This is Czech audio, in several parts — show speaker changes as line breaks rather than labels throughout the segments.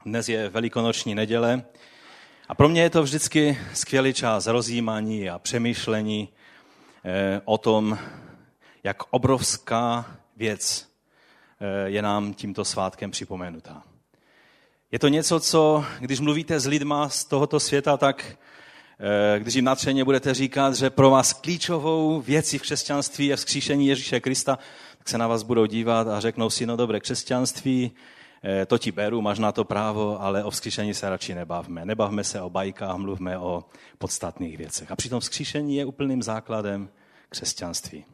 Dnes je velikonoční neděle a pro mě je to vždycky skvělý čas rozjímání a přemýšlení o tom, jak obrovská věc je nám tímto svátkem připomenutá. Je to něco, co, když mluvíte s lidma z tohoto světa, tak když jim natřeně budete říkat, že pro vás klíčovou věcí v křesťanství je vzkříšení Ježíše Krista, tak se na vás budou dívat a řeknou si, no dobré, křesťanství, to ti beru, máš na to právo, ale o vzkříšení se radši nebavme. Nebavme se o bajkách, mluvme o podstatných věcech. A přitom vzkříšení je úplným základem křesťanství.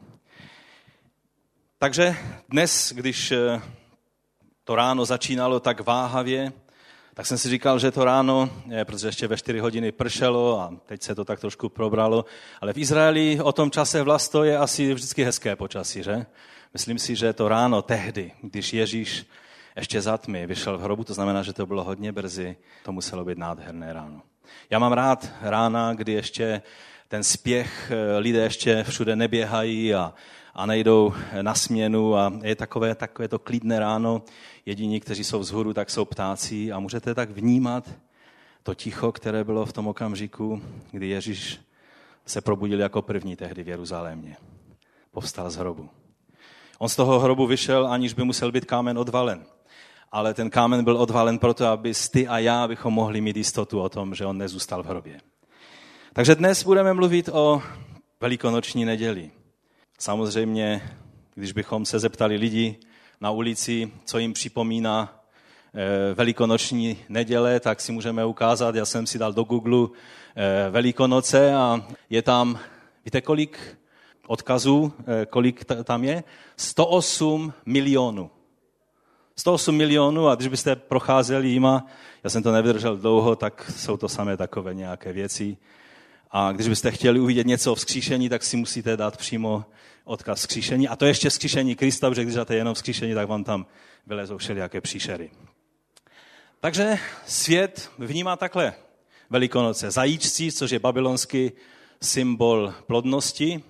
Takže dnes, když to ráno začínalo tak váhavě, tak jsem si říkal, že to ráno, protože ještě ve 4 hodiny pršelo a teď se to tak trošku probralo, ale v Izraeli o tom čase vlasto je asi vždycky hezké počasí, že? Myslím si, že to ráno tehdy, když Ježíš ještě za tmy vyšel v hrobu, to znamená, že to bylo hodně brzy, to muselo být nádherné ráno. Já mám rád rána, kdy ještě ten spěch, lidé ještě všude neběhají a nejdou na směnu a je takové to klidné ráno. Jediní, kteří jsou vzhůru, tak jsou ptáci a můžete tak vnímat to ticho, které bylo v tom okamžiku, kdy Ježíš se probudil jako první tehdy v Jeruzalémě. Povstal z hrobu. On z toho hrobu vyšel, aniž by musel být kámen odvalen. Ale ten kámen byl odvalen proto, aby ty a já bychom mohli mít jistotu o tom, že on nezůstal v hrobě. Takže dnes budeme mluvit o velikonoční neděli. Samozřejmě, když bychom se zeptali lidí na ulici, co jim připomíná velikonoční neděle, tak si můžeme ukázat, já jsem si dal do Google Velikonoce a je tam, víte kolik odkazů, kolik tam je? 108 milionů. 108 milionů a když byste procházeli jima, já jsem to nevydržel dlouho, tak jsou to samé takové nějaké věci. A když byste chtěli uvidět něco o vzkříšení, tak si musíte dát přímo odkaz vzkříšení. A to ještě vzkříšení Krista, protože když dáte jenom vzkříšení, tak vám tam vylezou všelijaké příšery. Takže svět vnímá takhle Velikonoce. Zajíčci, což je babylonský symbol plodnosti,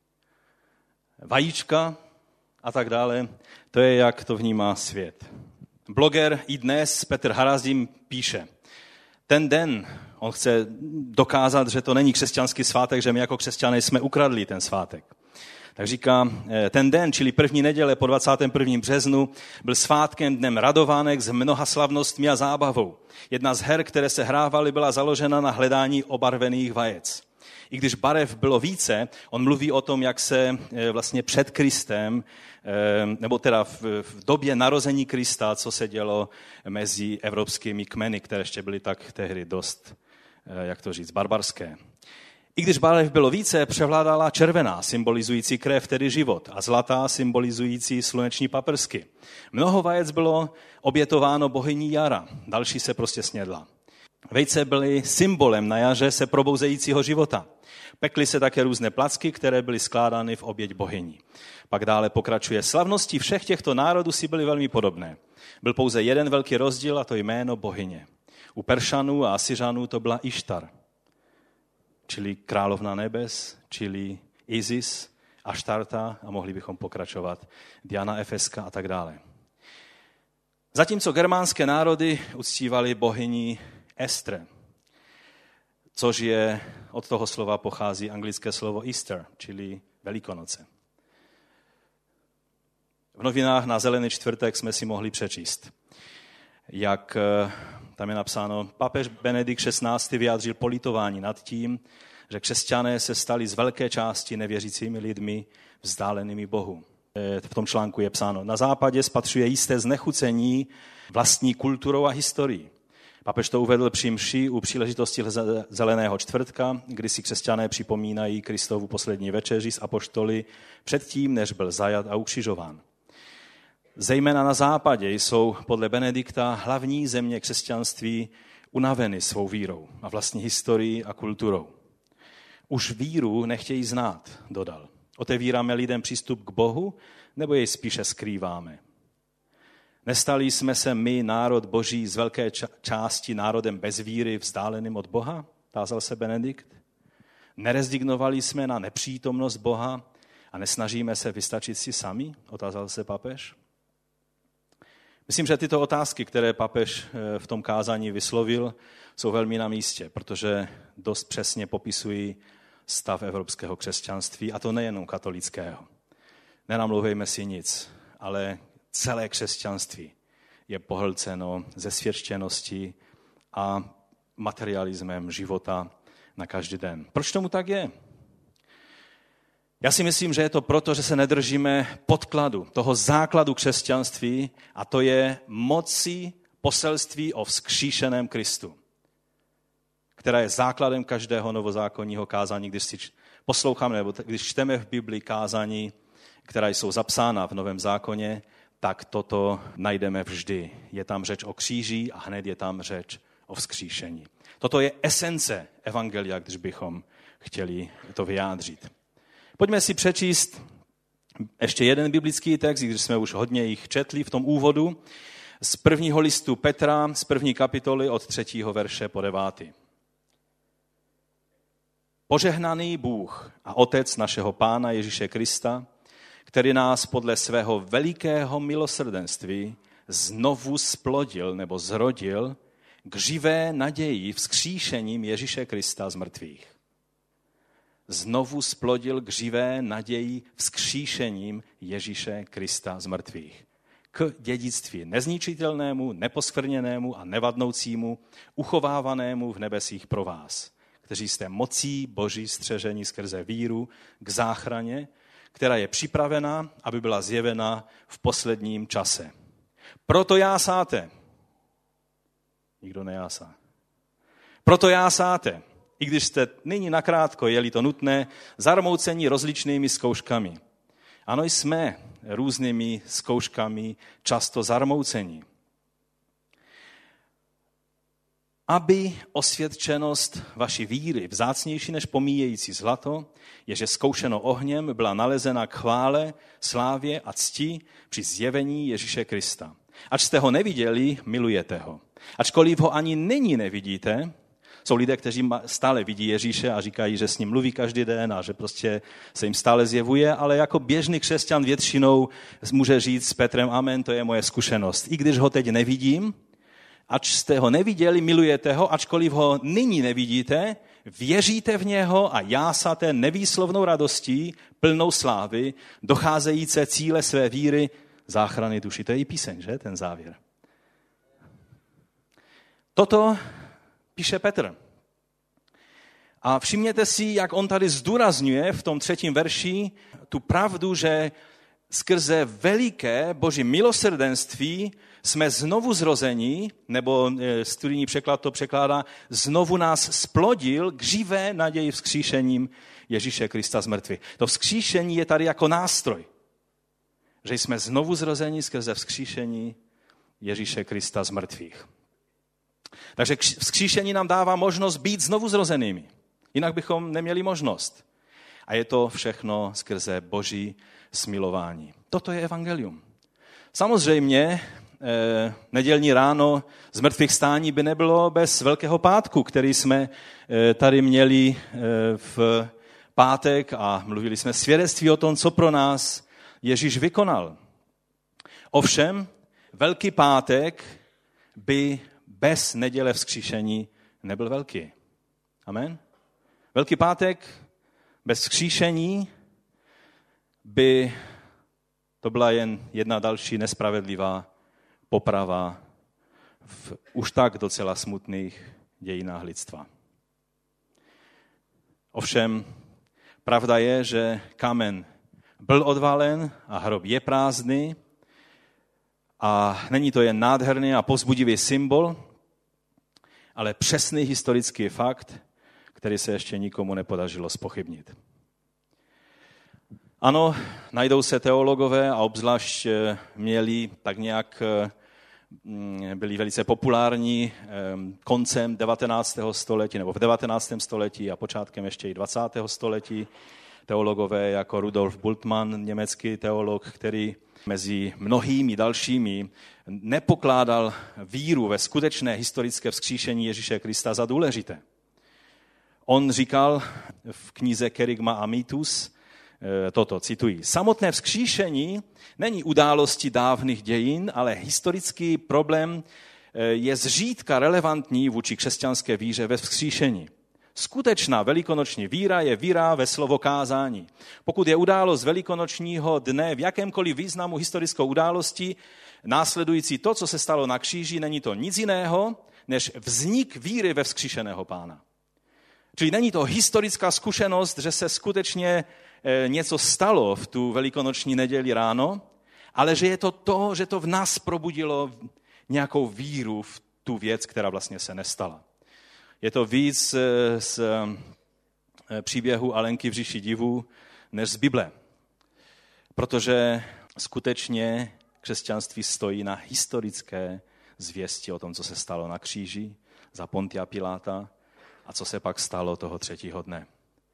vajíčka a tak dále. To je, jak to vnímá svět. Bloger iDnes Petr Harazim píše, ten den, on chce dokázat, že to není křesťanský svátek, že my jako křesťané jsme ukradli ten svátek. Tak říká, ten den, čili první neděle po 21. březnu, byl svátkem dnem radovánek s mnoha slavnostmi a zábavou. Jedna z her, které se hrávaly, byla založena na hledání obarvených vajec. I když barev bylo více, on mluví o tom, jak se vlastně před Kristem, nebo teda v době narození Krista, co se dělo mezi evropskými kmeny, které ještě byly tak tehdy dost, jak to říct, barbarské. I když barev bylo více, převládala červená, symbolizující krev, tedy život, a zlatá, symbolizující sluneční paprsky. Mnoho vajec bylo obětováno bohyní jara, další se prostě snědla. Vejce byly symbolem na jaře se probouzejícího života. Pekly se také různé placky, které byly skládány v oběť bohyni. Pak dále pokračuje. Slavnosti všech těchto národů si byly velmi podobné. Byl pouze jeden velký rozdíl a to jméno bohyně. U Peršanů a Asyřanů to byla Ištar, čili královna nebes, čili Isis, Aštarta a mohli bychom pokračovat, Diana Efeska a tak dále. Zatímco germánské národy uctívali bohyni Estre, což je, od toho slova pochází anglické slovo Easter, čili Velikonoce. V novinách na Zelený čtvrtek jsme si mohli přečíst, jak tam je napsáno, papež Benedikt XVI. Vyjádřil politování nad tím, že křesťané se stali z velké části nevěřícími lidmi vzdálenými Bohu. V tom článku je psáno, na západě spatřuje jisté znechucení vlastní kulturou a historií. Papež to uvedl při mši u příležitosti Zeleného čtvrtka, kdy si křesťané připomínají Kristovu poslední večeři s apoštoly předtím, než byl zajat a ukřižován. Zejména na západě jsou podle Benedikta hlavní země křesťanství unaveny svou vírou a vlastní historií a kulturou. Už víru nechtějí znát, dodal. Otevíráme lidem přístup k Bohu, nebo jej spíše skrýváme? Nestali jsme se my, národ Boží, z velké části národem bez víry vzdáleným od Boha? Tázal se Benedikt. Nerezignovali jsme na nepřítomnost Boha a nesnažíme se vystačit si sami? Otázal se papež. Myslím, že tyto otázky, které papež v tom kázání vyslovil, jsou velmi na místě, protože dost přesně popisují stav evropského křesťanství, a to nejenom katolického. Nenamlouvejme si nic, ale celé křesťanství je pohlceno zesvědčeností a materialismem života na každý den. Proč tomu tak je? Já si myslím, že je to proto, že se nedržíme podkladu, toho základu křesťanství, a to je moci poselství o vzkříšeném Kristu, která je základem každého novozákonního kázání. Když si posloucháme, nebo když čteme v Biblii kázání, která jsou zapsána v Novém zákoně, tak toto najdeme vždy. Je tam řeč o kříži a hned je tam řeč o vzkříšení. Toto je esence evangelia, když bychom chtěli to vyjádřit. Pojďme si přečíst ještě jeden biblický text, když jsme už hodně jich četli v tom úvodu, z prvního listu Petra, z 1. kapitoly od 3. verše po 9. Požehnaný Bůh a Otec našeho Pána Ježíše Krista, který nás podle svého velikého milosrdenství znovu splodil nebo zrodil k živé naději vzkříšením Ježíše Krista z mrtvých. Znovu splodil k živé naději vzkříšením Ježíše Krista z mrtvých. K dědictví nezničitelnému, neposkvrněnému a nevadnoucímu, uchovávanému v nebesích pro vás, kteří jste mocí Boží střežení skrze víru k záchraně, která je připravena, aby byla zjevena v posledním čase. Proto jásáte. Nikdo nejásá. Proto jásáte, i když jste nyní nakrátko, je-li to nutné, zarmoucení rozličnými zkouškami. Ano, jsme různými zkouškami často zarmoucení. Aby osvědčenost vaší víry, vzácnější než pomíjející zlato, ježe zkoušeno ohněm, byla nalezena k chvále, slávě a cti při zjevení Ježíše Krista. Ač jste ho neviděli, milujete ho. Ačkoliv ho ani nyní nevidíte, jsou lidé, kteří stále vidí Ježíše a říkají, že s ním mluví každý den a že prostě se jim stále zjevuje, ale jako běžný křesťan většinou může říct s Petrem, amen, to je moje zkušenost. I když ho teď nevidím, ač jste ho neviděli, milujete ho, ačkoliv ho nyní nevidíte, věříte v něho a jásáte nevýslovnou radostí, plnou slávy, docházející cíle své víry, záchrany duši. To je i píseň, že? Ten závěr. Toto píše Petr. A všimněte si, jak on tady zdůrazňuje v tom 3. verši tu pravdu, že skrze veliké Boží milosrdenství jsme znovu zrození, nebo studijní překlad to překládá, znovu nás splodil k živé naději vzkříšením Ježíše Krista z mrtvých. To vzkříšení je tady jako nástroj, že jsme znovu zrození skrze vzkříšení Ježíše Krista z mrtvých. Takže vzkříšení nám dává možnost být znovu zrozenými. Jinak bychom neměli možnost. A je to všechno skrze Boží smilování. Toto je evangelium. Samozřejmě nedělní ráno z mrtvých stání by nebylo bez Velkého pátku, který jsme tady měli v pátek a mluvili jsme svědectví o tom, co pro nás Ježíš vykonal. Ovšem, Velký pátek by bez neděle vzkříšení nebyl velký. Amen? Velký pátek bez vzkříšení by to byla jen jedna další nespravedlivá poprava v už tak docela smutných dějinách lidstva. Ovšem, pravda je, že kámen byl odvalen a hrob je prázdný a není to jen nádherný a povzbudivý symbol, ale přesný historický fakt, který se ještě nikomu nepodařilo zpochybnit. Ano, najdou se teologové a obzvlášť měli tak nějak, byli velice populární koncem 19. století nebo v 19. století a počátkem ještě i 20. století. Teologové jako Rudolf Bultmann, německý teolog, který mezi mnohými dalšími nepokládal víru ve skutečné historické vzkříšení Ježíše Krista za důležité. On říkal v knize Kerygma a mýtus, toto, cituji. Samotné vzkříšení není událostí dávných dějin, ale historický problém je zřídka relevantní vůči křesťanské víře ve vzkříšení. Skutečná velikonoční víra je víra ve slovo kázání. Pokud je událost velikonočního dne v jakémkoliv významu historickou událostí, následující to, co se stalo na kříži, není to nic jiného, než vznik víry ve vzkříšeného Pána. Čili není to historická zkušenost, že se skutečně něco stalo v tu velikonoční neděli ráno, ale že je to, že to v nás probudilo nějakou víru v tu věc, která vlastně se nestala. Je to víc z příběhu Alenky v říši divů, než z Bible. Protože skutečně křesťanství stojí na historické zvěsti o tom, co se stalo na kříži za Pontia Piláta a co se pak stalo toho 3. dne.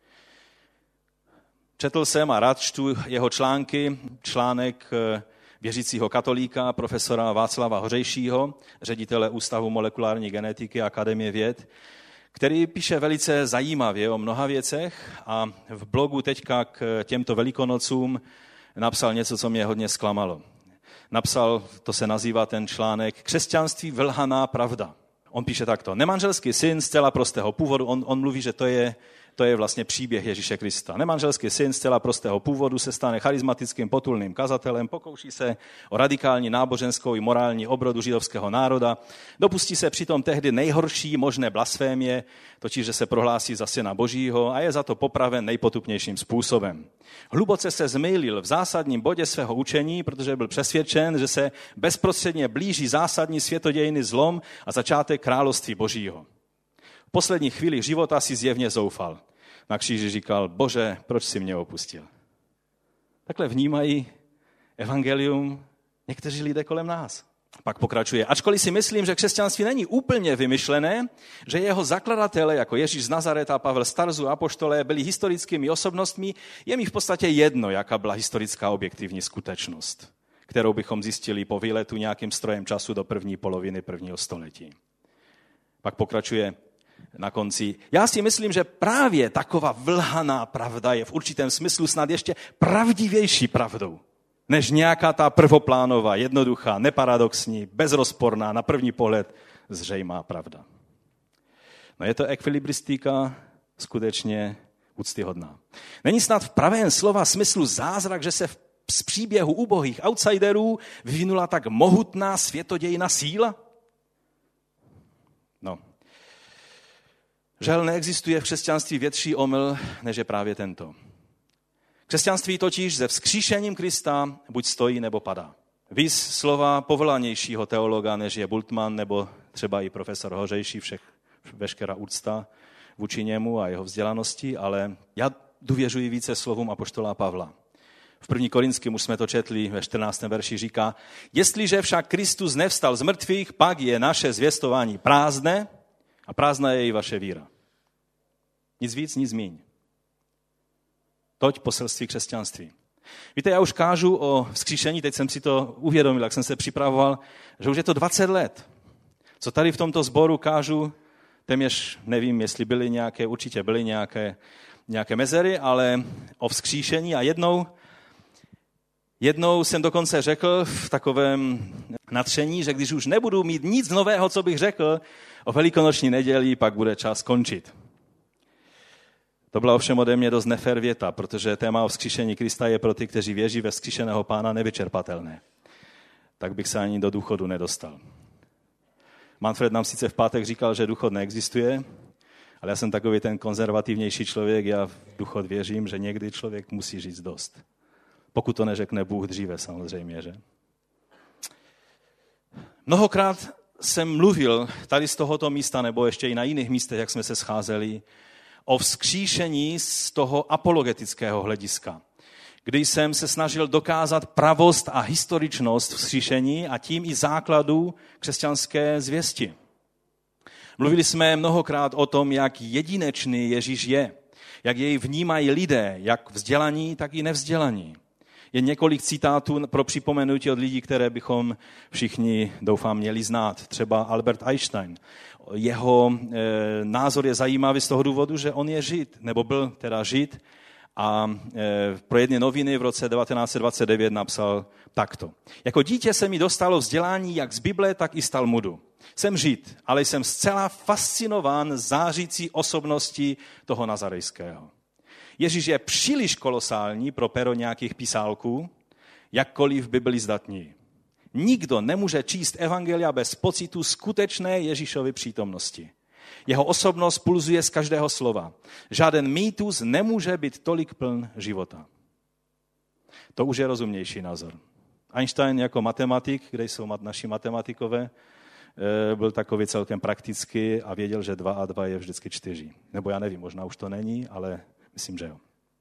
Četl jsem a rád čtu jeho články, článek věřícího katolíka, profesora Václava Hořejšího, ředitele Ústavu molekulární genetiky Akademie věd, který píše velice zajímavě o mnoha věcech a v blogu teďka k těmto velikonocům napsal něco, co mě hodně zklamalo. Napsal, to se nazývá ten článek, Křesťanství vylhaná pravda. On píše takto, nemanželský syn zcela prostého původu, on mluví, že to je vlastně příběh Ježíše Krista. Nemanželský syn zcela prostého původu se stane charismatickým potulným kazatelem, pokouší se o radikální náboženskou i morální obrodu židovského národa, dopustí se přitom tehdy nejhorší možné blasfémie, totiž, že se prohlásí za syna Božího a je za to popraven nejpotupnějším způsobem. Hluboce se zmýlil v zásadním bodě svého učení, protože byl přesvědčen, že se bezprostředně blíží zásadní světodějný zlom a začátek království Božího. V posledních chvílích života si zjevně zoufal. Na kříži říkal, Bože, proč jsi mě opustil? Takhle vnímají evangelium někteří lidé kolem nás. Pak pokračuje, ačkoliv si myslím, že křesťanství není úplně vymyšlené, že jeho zakladatelé, jako Ježíš z Nazareta, Pavel z Tarzu, apoštolé, byli historickými osobnostmi, je mi v podstatě jedno, jaká byla historická objektivní skutečnost, kterou bychom zjistili po výletu nějakým strojem času do první poloviny 1. století. Pak pokračuje na konci. Já si myslím, že právě taková vlhaná pravda je v určitém smyslu snad ještě pravdivější pravdou, než nějaká ta prvoplánová, jednoduchá, neparadoxní, bezrozporná, na první pohled zřejmá pravda. No je to ekvilibristika skutečně úctyhodná. Není snad v pravém slova smyslu zázrak, že se z příběhu ubohých outsiderů vyvinula tak mohutná světodějná síla? No. Žel neexistuje v křesťanství větší omyl, než je právě tento. Křesťanství totiž se vzkříšením Krista buď stojí, nebo padá. Víc slova povolanějšího teologa, než je Bultmann, nebo třeba i profesor Hořejší, veškerá úcta vůči němu a jeho vzdělanosti, ale já důvěřuji více slovům apoštola Pavla. V 1. Korinským už jsme to četli, ve 14. verši říká, jestliže však Kristus nevstal z mrtvých, pak je naše zvěstování prázdné a prázdná je i vaše víra. Nic víc, nic míň. Toť poselství křesťanství. Víte, já už kážu o vzkříšení, teď jsem si to uvědomil, jak jsem se připravoval, že už je to 20 let. Co tady v tomto sboru kážu, téměř nevím, jestli byly nějaké, určitě byly nějaké mezery, ale o vzkříšení a jednou jsem dokonce řekl v takovém natření, že když už nebudu mít nic nového, co bych řekl, o velikonoční neděli pak bude čas skončit. To byla ovšem ode mě dost nefér věta, protože téma o vzkříšení Krista je pro ty, kteří věří ve vzkříšeného Pána, nevyčerpatelné. Tak bych se ani do důchodu nedostal. Manfred nám sice v pátek říkal, že důchod neexistuje, ale já jsem takový ten konzervativnější člověk, já v důchod věřím, že někdy člověk musí říct dost. Pokud to neřekne Bůh dříve samozřejmě, že? Mnohokrát jsem mluvil tady z tohoto místa, nebo ještě i na jiných místech, jak jsme se scházeli, o vzkříšení z toho apologetického hlediska, kdy jsem se snažil dokázat pravost a historičnost vzkříšení a tím i základu křesťanské zvěsti. Mluvili jsme mnohokrát o tom, jak jedinečný Ježíš je, jak jej vnímají lidé, jak vzdělaní, tak i nevzdělaní. Je několik citátů pro připomenutí od lidí, které bychom všichni, doufám, měli znát. Třeba Albert Einstein. Jeho názor je zajímavý z toho důvodu, že on je Žid, nebo byl teda Žid, a pro jedny noviny v roce 1929 napsal takto. Jako dítě se mi dostalo vzdělání jak z Bible, tak i z Talmudu. Jsem Žid, ale jsem zcela fascinován zářící osobností toho Nazarejského. Ježíš je příliš kolosální pro pero nějakých pisálků, jakkoliv by byli zdatní. Nikdo nemůže číst evangelia bez pocitu skutečné Ježíšovy přítomnosti. Jeho osobnost pulzuje z každého slova. Žáden mýtus nemůže být tolik pln života. To už je rozumnější názor. Einstein jako matematik, kde jsou naši matematikové, byl takový celkem praktický a věděl, že 2 a 2 je vždycky 4. Nebo já nevím, možná už to není, ale myslím, že jo.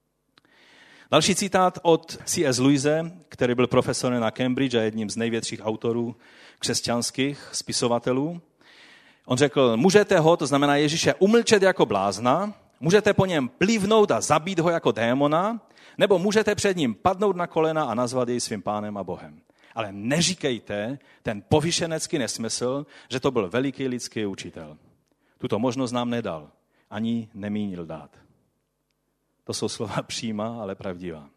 Další citát od C.S. Lewise, který byl profesorem na Cambridge a jedním z největších autorů křesťanských spisovatelů. On řekl, můžete ho, to znamená Ježíše, umlčet jako blázna, můžete po něm plivnout a zabít ho jako démona, nebo můžete před ním padnout na kolena a nazvat jej svým pánem a Bohem. Ale neříkejte ten povyšenecký nesmysl, že to byl veliký lidský učitel. Tuto možnost nám nedal, ani nemínil dát. To jsou slova přímá, ale pravdivá.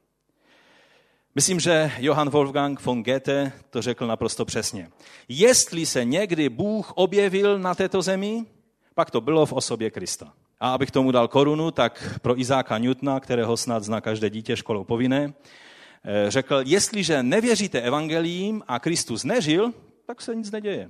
Myslím, že Johann Wolfgang von Goethe to řekl naprosto přesně. Jestli se někdy Bůh objevil na této zemi, pak to bylo v osobě Krista. A abych tomu dal korunu, tak pro Izáka Newtona, kterého snad zná každé dítě školou povinné, řekl, jestliže nevěříte evangeliím a Kristus nežil, tak se nic neděje.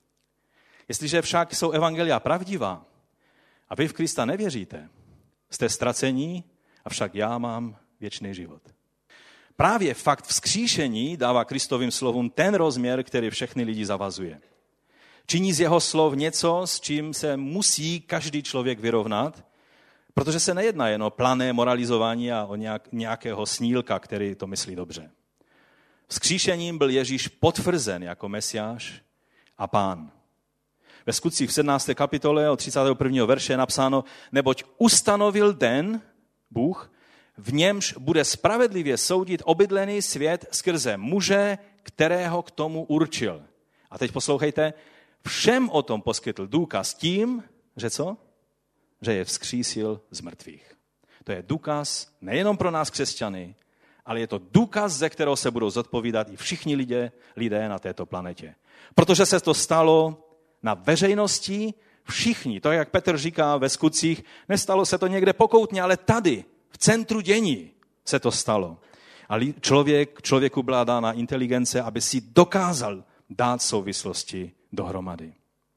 Jestliže však jsou evangelia pravdivá a vy v Krista nevěříte, jste ztracení, avšak já mám věčný život. Právě fakt vzkříšení dává Kristovým slovům ten rozměr, který všechny lidi zavazuje. Činí z jeho slov něco, s čím se musí každý člověk vyrovnat, protože se nejedná jen o plané moralizování a o nějakého snílka, který to myslí dobře. Vzkříšením byl Ježíš potvrzen jako Mesiáš a Pán. Ve Skutcích v 17. kapitole od 31. verše je napsáno, neboť ustanovil den, Bůh, v němž bude spravedlivě soudit obydlený svět skrze muže, kterého k tomu určil. A teď poslouchejte, všem o tom poskytl důkaz tím, že co? Že je vzkřísil z mrtvých. To je důkaz nejenom pro nás křesťany, ale je to důkaz, ze kterého se budou zodpovídat i všichni lidé na této planetě. Protože se to stalo na veřejnosti všichni. To, jak Petr říká ve Skutcích, nestalo se to někde pokoutně, ale tady, v centru dění se to stalo. A člověku byla dána inteligence, aby si dokázal dát souvislosti dohromady.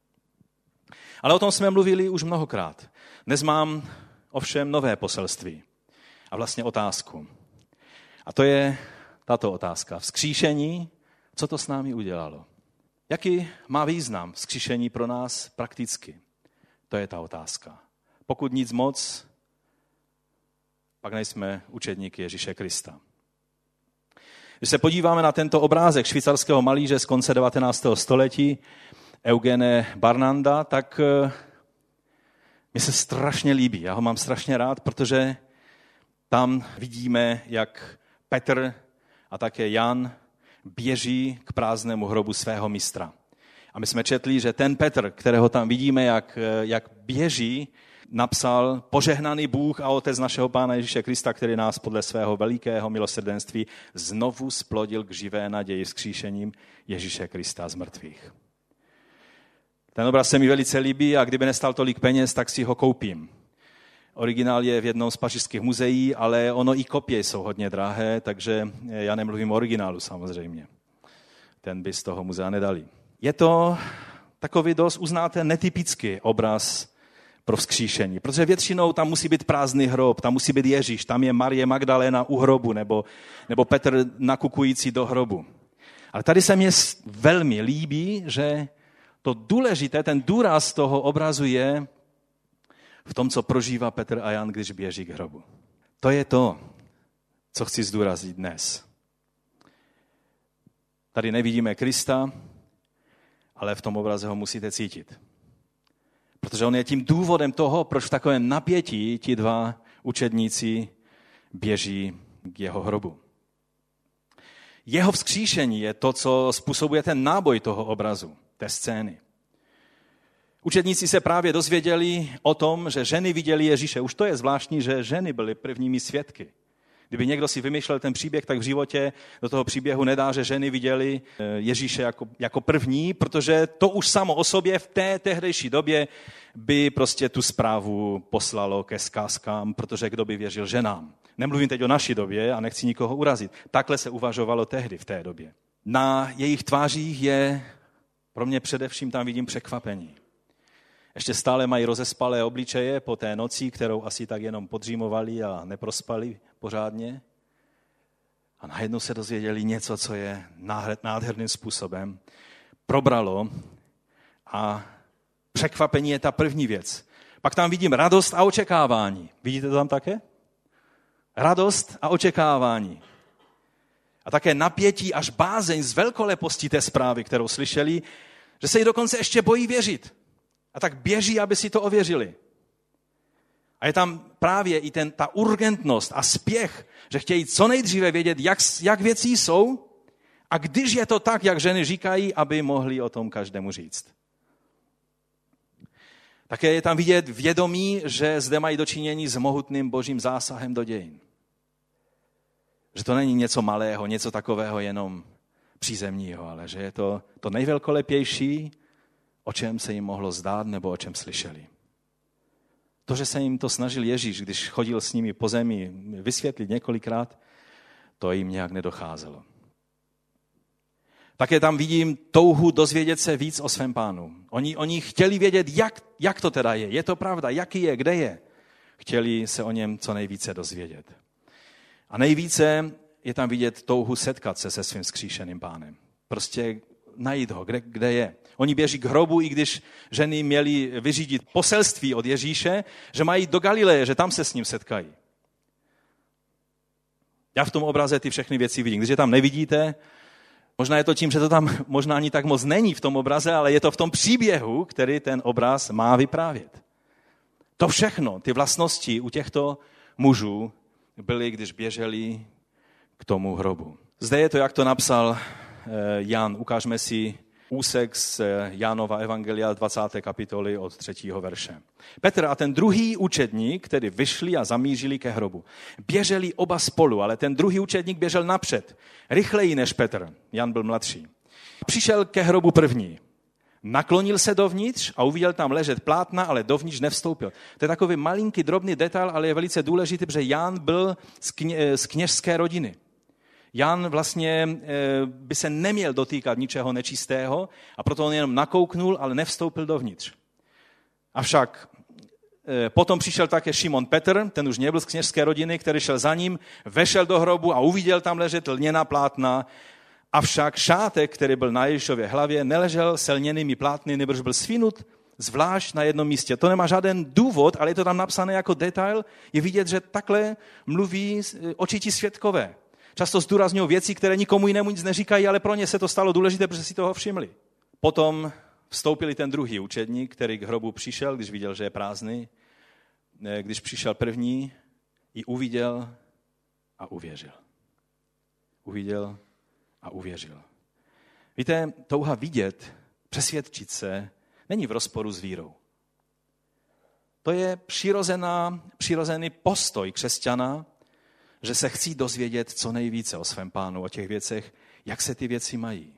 Ale o tom jsme mluvili už mnohokrát. Dnes mám ovšem nové poselství a vlastně otázku. A to je tato otázka. Vzkříšení, co to s námi udělalo? Jaký má význam vzkříšení pro nás prakticky? To je ta otázka. Pokud nic moc, pak nejsme učedníky Ježíše Krista. Když se podíváme na tento obrázek švýcarského malíře z konce 19. století, Eugene Barnanda, tak mi se strašně líbí. Já ho mám strašně rád, protože tam vidíme, jak Petr a také Jan běží k prázdnému hrobu svého mistra. A my jsme četli, že ten Petr, kterého tam vidíme, jak běží, napsal požehnaný Bůh a Otec našeho Pána Ježíše Krista, který nás podle svého velikého milosrdenství znovu splodil k živé naději vzkříšením Ježíše Krista z mrtvých. Ten obraz se mi velice líbí a kdyby nestal tolik peněz, tak si ho koupím. Originál je v jednom z pařížských muzeí, ale ono i kopie jsou hodně drahé, takže já nemluvím o originálu samozřejmě. Ten by z toho muzea nedali. Je to takový dost, uznáte, netypický obraz pro vzkříšení, protože většinou tam musí být prázdný hrob, tam musí být Ježíš, tam je Marie Magdaléna u hrobu nebo Petr nakukující do hrobu. Ale tady se mně velmi líbí, že to důležité, ten důraz toho obrazu je v tom, co prožívá Petr a Jan, když běží k hrobu. To je to, co chci zdůraznit dnes. Tady nevidíme Krista, ale v tom obraze ho musíte cítit. Protože on je tím důvodem toho, proč v takovém napětí ti dva učedníci běží k jeho hrobu. Jeho vzkříšení je to, co způsobuje ten náboj toho obrazu, té scény. Učedníci se právě dozvěděli o tom, že ženy viděli Ježíše. Už to je zvláštní, že ženy byly prvními svědky Kdyby někdo si vymýšlel ten příběh, tak v životě do toho příběhu nedá, že ženy viděly Ježíše jako první, protože to už samo o sobě v té tehdejší době by prostě tu zprávu poslalo ke zkázkám, protože kdo by věřil ženám. Nemluvím teď o naší době a nechci nikoho urazit. Takhle se uvažovalo tehdy v té době. Na jejich tvářích je, pro mě především tam vidím překvapení. Ještě stále mají rozespalé obličeje po té noci, kterou asi tak jenom podřímovali a neprospali pořádně. A najednou se dozvěděli něco, co je nádherným způsobem probralo. A překvapení je ta první věc. Pak tam vidím radost a očekávání. Vidíte to tam také? Radost a očekávání. A také napětí až bázeň z velkoleposti té zprávy, kterou slyšeli, že se jí dokonce ještě bojí věřit. A tak běží, aby si to ověřili. A je tam právě i ta urgentnost a spěch, že chtějí co nejdříve vědět, jak věci jsou, a když je to tak, jak ženy říkají, aby mohli o tom každému říct. Také je tam vidět vědomí, že zde mají dočinění s mohutným božím zásahem do dějin. Že to není něco malého, něco takového jenom přízemního, ale že je to nejvelkolepější, o čem se jim mohlo zdát nebo o čem slyšeli. To, že se jim to snažil Ježíš, když chodil s nimi po zemi vysvětlit několikrát, to jim nějak nedocházelo. Také tam vidím touhu dozvědět se víc o svém Pánu. Oni chtěli vědět, jak to teda je. Je to pravda, jaký je, kde je. Chtěli se o něm co nejvíce dozvědět. A nejvíce je tam vidět touhu setkat se se svým vzkříšeným Pánem. Prostě najít ho, kde je. Oni běží k hrobu, i když ženy měly vyřídit poselství od Ježíše, že mají do Galileje, že tam se s ním setkají. Já v tom obraze ty všechny věci vidím. Když je tam nevidíte, možná je to tím, že to tam možná ani tak moc není v tom obraze, ale je to v tom příběhu, který ten obraz má vyprávět. To všechno, ty vlastnosti u těchto mužů byly, když běželi k tomu hrobu. Zde je to, jak to napsal Jan. Ukážme si úsek z Janova evangelia 20. kapitoly od 3. verše. Petr a ten druhý učedník, který vyšli a zamířili ke hrobu. Běželi oba spolu, ale ten druhý učedník běžel napřed, rychleji než Petr. Jan byl mladší. Přišel ke hrobu první. Naklonil se dovnitř a uviděl tam ležet plátna, ale dovnitř nevstoupil. To je takový malinký, drobný detail, ale je velice důležitý, protože Jan byl z kněžské rodiny. Jan vlastně by se neměl dotýkat ničeho nečistého a proto on jenom nakouknul, ale nevstoupil dovnitř. Avšak potom přišel také Šimon Petr, ten už nebyl z kněžské rodiny, který šel za ním, vešel do hrobu a uviděl tam ležet lněná plátna. Avšak šátek, který byl na Ježíšově hlavě, neležel se lněnými plátny, nebož byl svinut zvlášť na jednom místě. To nemá žádný důvod, ale je to tam napsané jako detail. Je vidět, že takhle mluví očití svědkové. Často zdůrazňují věci, které nikomu jinému nic neříkají, ale pro ně se to stalo důležité, protože si toho všimli. Potom vstoupili ten druhý učedník, který k hrobu přišel, když viděl, že je prázdný. Když přišel první, ji uviděl a uvěřil. Uviděl a uvěřil. Víte, touha vidět, přesvědčit se, není v rozporu s vírou. To je přirozený postoj křesťana, že se chcí dozvědět co nejvíce o svém Pánu, o těch věcech, jak se ty věci mají.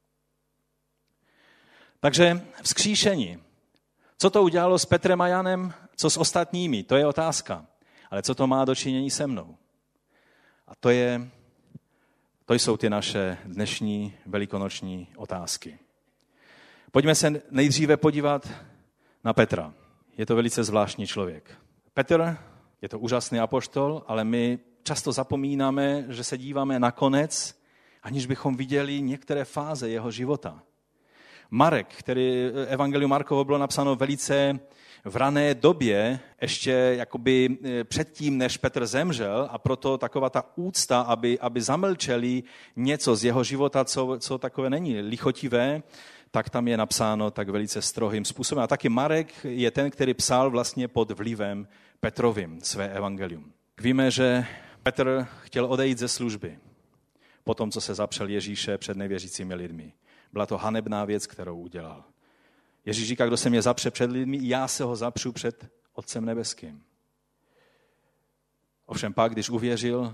Takže vzkříšení. Co to udělalo s Petrem a Janem, co s ostatními, to je otázka. Ale co to má dočinění se mnou? A to jsou ty naše dnešní velikonoční otázky. Pojďme se nejdříve podívat na Petra. Je to velice zvláštní člověk. Petr je to úžasný apoštol, ale my často zapomínáme, že se díváme na konec, aniž bychom viděli některé fáze jeho života. Marek, který evangelium Markovo bylo napsáno velice v rané době, ještě jakoby předtím, než Petr zemřel, a proto taková ta úcta, aby zamlčeli něco z jeho života, co takové není lichotivé, tak tam je napsáno tak velice strohým způsobem. A taky Marek je ten, který psal vlastně pod vlivem Petrovým své evangelium. Víme, že Petr chtěl odejít ze služby po tom, co se zapřel Ježíše před nevěřícími lidmi. Byla to hanebná věc, kterou udělal. Ježíš říká, kdo se mě zapře před lidmi, já se ho zapřu před Otcem nebeským. Ovšem pak, když uvěřil,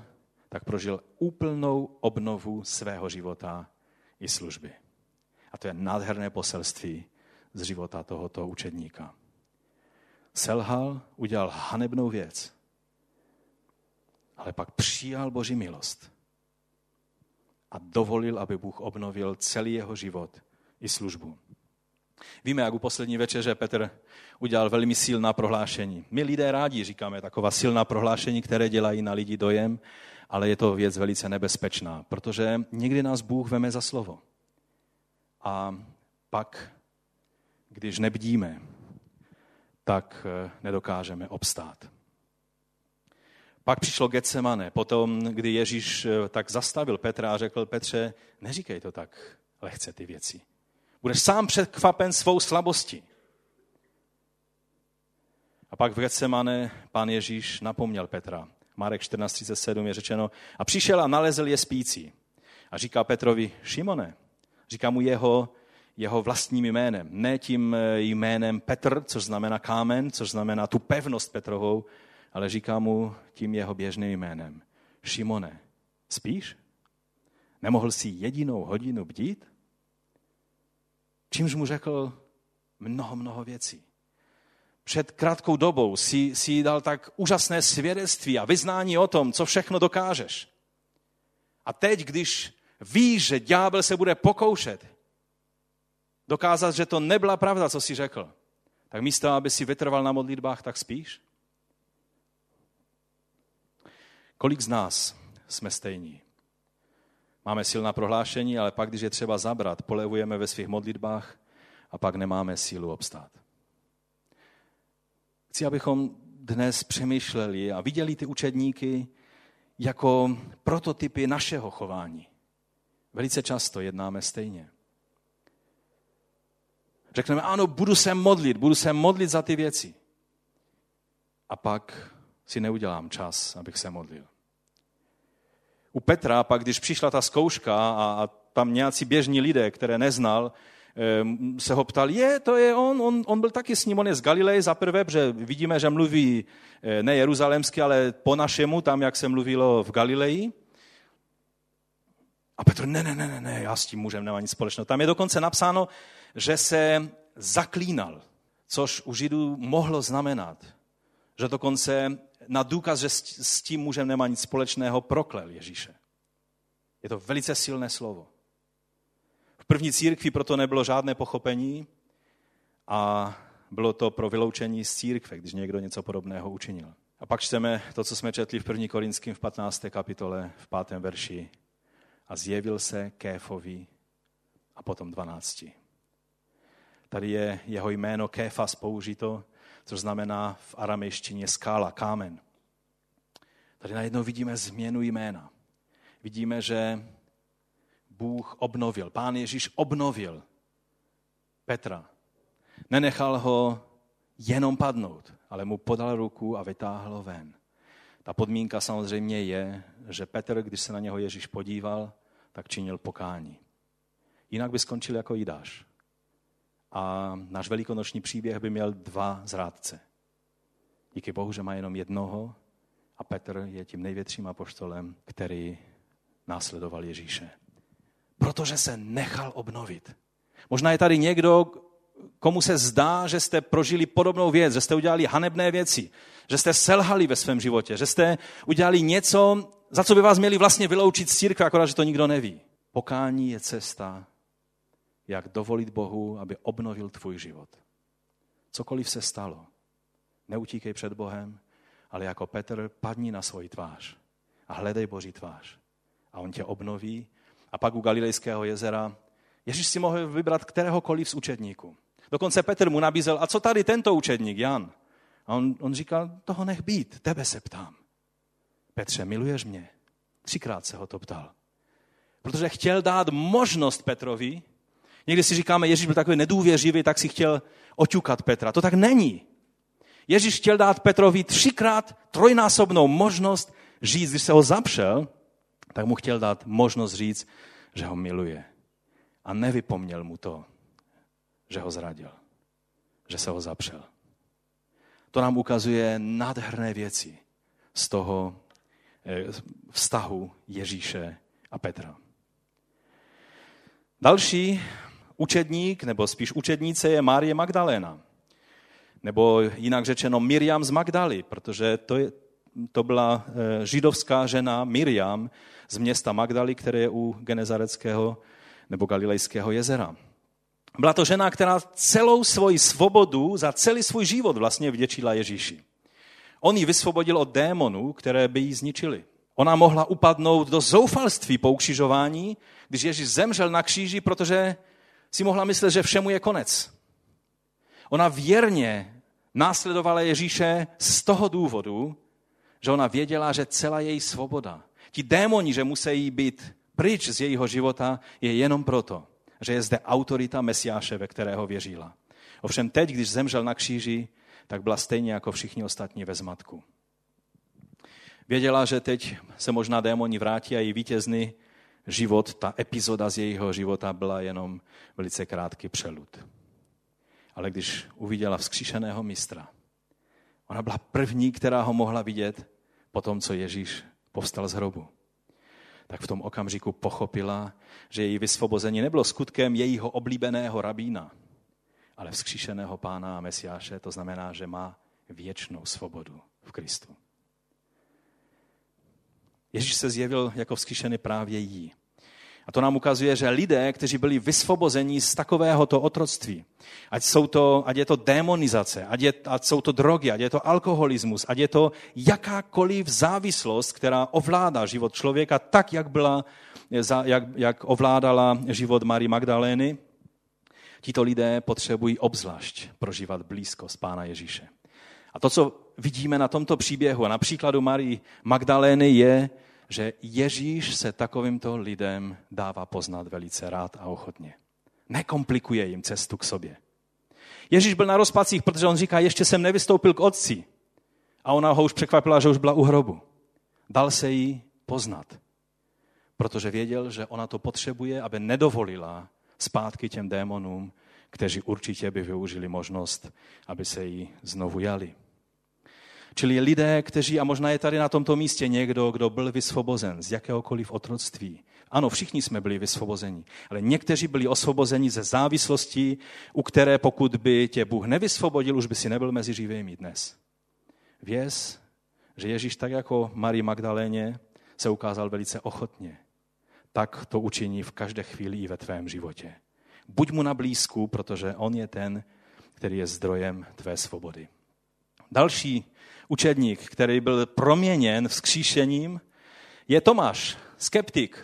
tak prožil úplnou obnovu svého života i služby. A to je nádherné poselství z života tohoto učedníka. Selhal, udělal hanebnou věc, ale pak přijal Boží milost a dovolil, aby Bůh obnovil celý jeho život i službu. Víme, jak u poslední večeře Petr udělal velmi silná prohlášení. My lidé rádi říkáme taková silná prohlášení, které dělají na lidi dojem, ale je to věc velice nebezpečná, protože někdy nás Bůh veme za slovo. A pak, když nebdíme, tak nedokážeme obstát. Pak přišlo Getsemane, potom, kdy Ježíš tak zastavil Petra a řekl: Petře, neříkej to tak lehce ty věci. Budeš sám překvapen svou slabostí. A pak v Getsemane pán Ježíš napomněl Petra. Marek 14:37 je řečeno: a přišel a nalezl je spící. A říká Petrovi: Šimone, říká mu jeho vlastním jménem, ne tím jménem Petr, což znamená kámen, což znamená tu pevnost Petrovou, ale říká mu tím jeho běžným jménem: Šimone, spíš? Nemohl jsi jedinou hodinu bdít? Čímž mu řekl mnoho věcí. Před krátkou dobou si dal tak úžasné svědectví a vyznání o tom, co všechno dokážeš. A teď, když víš, že ďábel se bude pokoušet dokázat, že to nebyla pravda, co jsi řekl, tak místo, aby si vytrval na modlitbách, tak spíš? Kolik z nás jsme stejní? Máme silná prohlášení, ale pak, když je třeba zabrat, polevujeme ve svých modlitbách a pak nemáme sílu obstát. Chci, abychom dnes přemýšleli a viděli ty učedníky jako prototypy našeho chování. Velice často jednáme stejně. Řekneme: ano, budu se modlit za ty věci. A pak si neudělám čas, abych se modlil. U Petra pak, když přišla ta zkouška a tam nějací běžní lidé, které neznal, se ho ptali: to je on byl taky s ním, on je z Galileje za prvé, protože vidíme, že mluví ne jeruzalémsky, ale po našemu, tam, jak se mluvilo v Galileji. A Petr: ne, já s tím mužem nemám nic společného. Tam je dokonce napsáno, že se zaklínal, což u Židů mohlo znamenat, že dokonce na důkaz, že s tím mužem nemá nic společného, proklel Ježíše. Je to velice silné slovo. V první církvi proto nebylo žádné pochopení a bylo to pro vyloučení z církve, když někdo něco podobného učinil. A pak čteme to, co jsme četli v 1. Korinským v 15. kapitole, v 5. verši. A zjevil se Kéfovi a potom 12. Tady je jeho jméno Kéfas použito, což znamená v aramejštině skála, kámen. Tady najednou vidíme změnu jména. Vidíme, že Bůh obnovil, Pán Ježíš obnovil Petra. Nenechal ho jenom padnout, ale mu podal ruku a vytáhl ho ven. Ta podmínka samozřejmě je, že Petr, když se na něho Ježíš podíval, tak činil pokání. Jinak by skončil jako Jidáš. A náš velikonoční příběh by měl 2 zrádce. Díky Bohu, že má jenom jednoho a Petr je tím největším apoštolem, který následoval Ježíše. Protože se nechal obnovit. Možná je tady někdo, komu se zdá, že jste prožili podobnou věc, že jste udělali hanebné věci, že jste selhali ve svém životě, že jste udělali něco, za co by vás měli vlastně vyloučit z církve, akorát, že to nikdo neví. Pokání je cesta, jak dovolit Bohu, aby obnovil tvůj život. Cokoliv se stalo, neutíkej před Bohem, ale jako Petr padni na svoji tvář a hledej Boží tvář. A on tě obnoví. A pak u Galilejského jezera Ježíš si mohl vybrat kteréhokoliv z učedníků. Dokonce Petr mu nabízel: a co tady tento učedník, Jan? A on říkal: toho nech být, tebe se ptám. Petře, miluješ mě? 3krát se ho to ptal. Protože chtěl dát možnost Petrovi. Někdy si říkáme, Ježíš byl takový nedůvěřivý, tak si chtěl oťukat Petra. To tak není. Ježíš chtěl dát Petrovi 3krát trojnásobnou možnost říct, když se ho zapřel, tak mu chtěl dát možnost říct, že ho miluje. A nevypomněl mu to, že ho zradil, že se ho zapřel. To nám ukazuje nádherné věci z toho, vztahu Ježíše a Petra. Další učedník, nebo spíš učednice je Márie Magdaléna. Nebo jinak řečeno Miriam z Magdaly, protože to byla židovská žena Miriam z města Magdaly, které je u Genezareckého nebo Galilejského jezera. Byla to žena, která celou svoji svobodu za celý svůj život vlastně vděčila Ježíši. On ji vysvobodil od démonů, které by ji zničily. Ona mohla upadnout do zoufalství po ukřižování, když Ježíš zemřel na kříži, protože si mohla myslet, že všemu je konec. Ona věrně následovala Ježíše z toho důvodu, že ona věděla, že celá její svoboda, ti démoni, že musí být pryč z jejího života, je jenom proto, že je zde autorita Mesiáše, ve kterého věřila. Ovšem teď, když zemřel na kříži, tak byla stejně jako všichni ostatní ve zmatku. Věděla, že teď se možná démoni vrátí a její vítězný život, ta epizoda z jejího života byla jenom velice krátký přelud. Ale když uviděla vzkříšeného mistra, ona byla první, která ho mohla vidět po tom, co Ježíš povstal z hrobu. Tak v tom okamžiku pochopila, že její vysvobození nebylo skutkem jejího oblíbeného rabína, ale vzkříšeného Pána a Mesiáše, to znamená, že má věčnou svobodu v Kristu. Ježíš se zjevil jako vzkříšený právě jí. A to nám ukazuje, že lidé, kteří byli vysvobozeni z takovéhoto otroctví, ať je to démonizace, ať jsou to drogy, ať je to alkoholismus, ať je to jakákoliv závislost, která ovládá život člověka tak, jak ovládala život Marie Magdalény, tito lidé potřebují obzvlášť prožívat blízkost Pána Ježíše. A to, co vidíme na tomto příběhu a na příkladu Marie Magdalény, je, že Ježíš se takovýmto lidem dává poznat velice rád a ochotně. Nekomplikuje jim cestu k sobě. Ježíš byl na rozpacích, protože on říká, ještě jsem nevystoupil k otci. A ona ho už překvapila, že už byla u hrobu. Dal se jí poznat, protože věděl, že ona to potřebuje, aby nedovolila zpátky těm démonům, kteří určitě by využili možnost, aby se jí znovu jali. Čili lidé, kteří, a možná je tady na tomto místě někdo, kdo byl vysvobozen z jakéhokoliv otroctví. Ano, všichni jsme byli vysvobozeni, ale někteří byli osvobozeni ze závislosti, u které pokud by tě Bůh nevysvobodil, už by si nebyl mezi živými dnes. Věz, že Ježíš tak jako Marii Magdaléně se ukázal velice ochotně. Tak to učiní v každé chvíli i ve tvém životě. Buď mu na blízku, protože on je ten, který je zdrojem tvé svobody. Další učedník, který byl proměněn vzkříšením, je Tomáš, skeptik.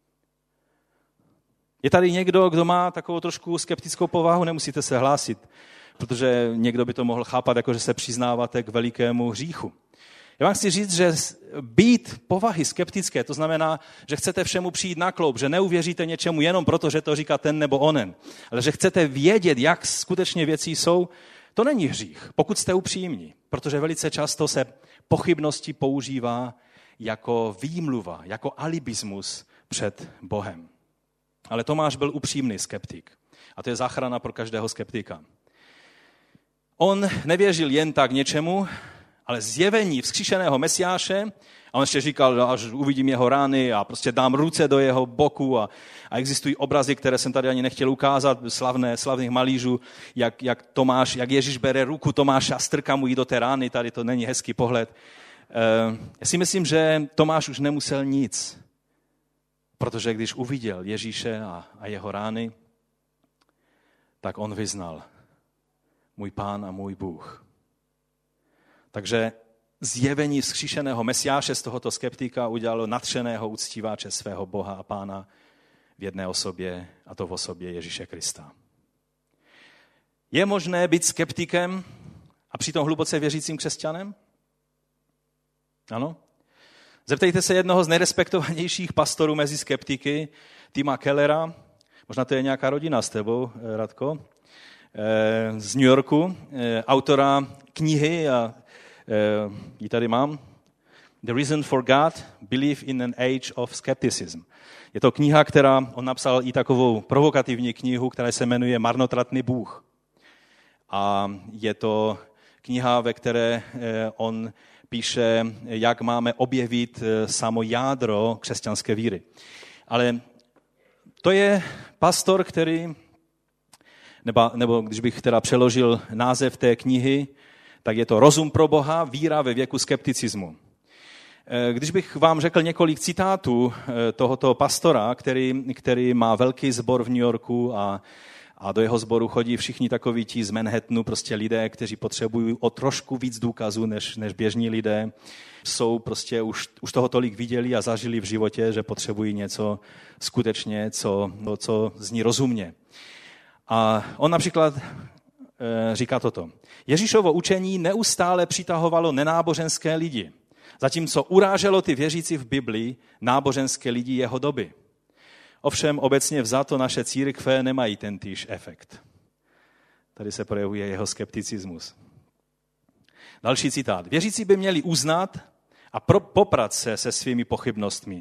Je tady někdo, kdo má takovou trošku skeptickou povahu, nemusíte se hlásit, protože někdo by to mohl chápat, jako že se přiznáváte k velikému hříchu. Já vám chci říct, že být povahy skeptické, to znamená, že chcete všemu přijít na kloub, že neuvěříte něčemu jenom proto, že to říká ten nebo onen, ale že chcete vědět, jak skutečně věci jsou, to není hřích, pokud jste upřímní, protože velice často se pochybnosti používá jako výmluva, jako alibismus před Bohem. Ale Tomáš byl upřímný skeptik a to je záchrana pro každého skeptika. On nevěřil jen tak něčemu, ale zjevení vzkříšeného Mesiáše, a on ještě říkal, až uvidím jeho rány a prostě dám ruce do jeho boku a existují obrazy, které jsem tady ani nechtěl ukázat, slavných malířů, jak Ježíš bere ruku Tomáše a strká mu ji do té rány, tady to není hezký pohled. Já si myslím, že Tomáš už nemusel nic, protože když uviděl Ježíše a jeho rány, tak on vyznal, můj Pán a můj Bůh. Takže zjevení vzkříšeného Mesiáše z tohoto skeptika udělalo nadšeného uctívače svého Boha a Pána v jedné osobě, a to v osobě Ježíše Krista. Je možné být skeptikem a přitom hluboce věřícím křesťanem? Ano? Zeptejte se jednoho z nejrespektovanějších pastorů mezi skeptiky, Tima Kellera, možná to je nějaká rodina s tebou, Radko, z New Yorku, autora knihy, a ji tady mám, The Reason for God, Believe in an Age of Skepticism. Je to kniha, on napsal i takovou provokativní knihu, která se jmenuje Marnotratný Bůh. A je to kniha, ve které on píše, jak máme objevit samo jádro křesťanské víry. Ale to je pastor, který, nebo když bych teda přeložil název té knihy, tak je to Rozum pro Boha, víra ve věku skepticismu. Když bych vám řekl několik citátů tohoto pastora, který má velký sbor v New Yorku a do jeho sboru chodí všichni takoví ti z Manhattanu, prostě lidé, kteří potřebují o trošku víc důkazů než běžní lidé. Jsou prostě už toho tolik viděli a zažili v životě, že potřebují něco skutečně, co zní rozumně. A on například říká toto. Ježíšovo učení neustále přitahovalo nenáboženské lidi, zatímco uráželo ty věřící v Biblii náboženské lidi jeho doby. Ovšem obecně vzato naše církve nemají tentýž efekt. Tady se projevuje jeho skepticismus. Další citát. Věřící by měli uznat a poprat se se svými pochybnostmi.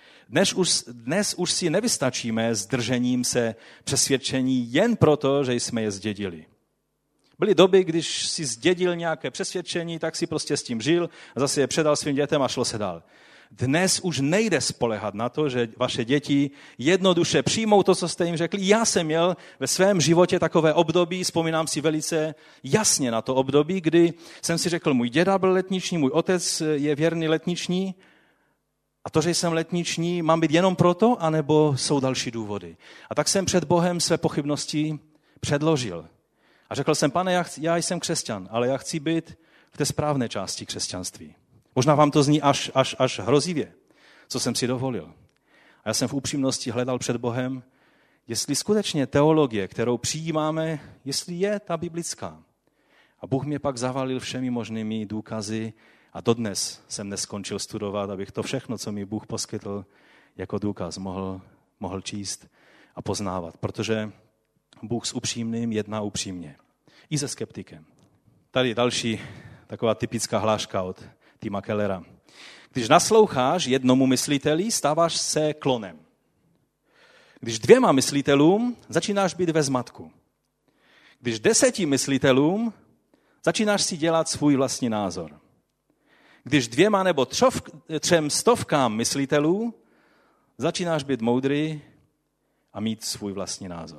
Dnes už si nevystačíme s držením se přesvědčení jen proto, že jsme je zdědili. Byly doby, když si zdědil nějaké přesvědčení, tak si prostě s tím žil a zase je předal svým dětem a šlo se dál. Dnes už nejde spolehat na to, že vaše děti jednoduše přijmou to, co jste jim řekli. Já jsem měl ve svém životě takové období, vzpomínám si velice jasně na to období, kdy jsem si řekl, můj děda byl letniční, můj otec je věrný letniční a to, že jsem letniční, mám být jenom proto, anebo jsou další důvody. A tak jsem před Bohem své pochybnosti předložil. A řekl jsem, Pane, já jsem křesťan, ale já chci být v té správné části křesťanství. Možná vám to zní až hrozivě, co jsem si dovolil. A já jsem v upřímnosti hledal před Bohem, jestli skutečně teologie, kterou přijímáme, jestli je ta biblická. A Bůh mě pak zavalil všemi možnými důkazy a dodnes jsem neskončil studovat, abych to všechno, co mi Bůh poskytl jako důkaz, mohl číst a poznávat. Protože Bůh s upřímným jedná upřímně. I se skeptikem. Tady další taková typická hláška od Tima Kellera. Když nasloucháš jednomu mysliteli, stáváš se klonem. Když 2 myslitelům, začínáš být ve zmatku. Když 10 myslitelům, začínáš si dělat svůj vlastní názor. Když 2 nebo 3 stovkám myslitelů, začínáš být moudrý a mít svůj vlastní názor.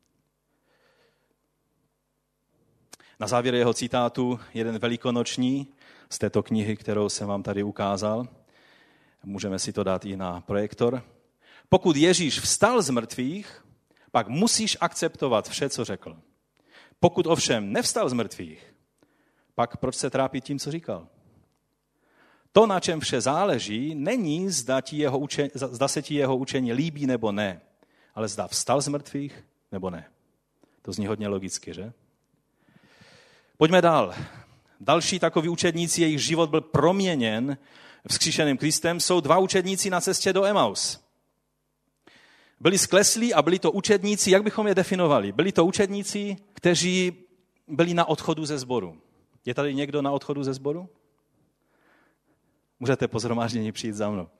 Na závěr jeho citátu jeden velikonoční z této knihy, kterou jsem vám tady ukázal. Můžeme si to dát i na projektor. Pokud Ježíš vstal z mrtvých, pak musíš akceptovat vše, co řekl. Pokud ovšem nevstal z mrtvých, pak proč se trápit tím, co říkal? To, na čem vše záleží, není, zda se ti jeho učení líbí nebo ne, ale zda vstal z mrtvých nebo ne. To zní hodně logicky, že? Pojďme dál. Další takoví učedníci, jejich život byl proměněn vzkříšeným Kristem, jsou 2 učedníci na cestě do Emaus. Byli skleslí a byli to učedníci, jak bychom je definovali? Byli to učedníci, kteří byli na odchodu ze sboru. Je tady někdo na odchodu ze sboru? Můžete po shromáždění přijít za mnou.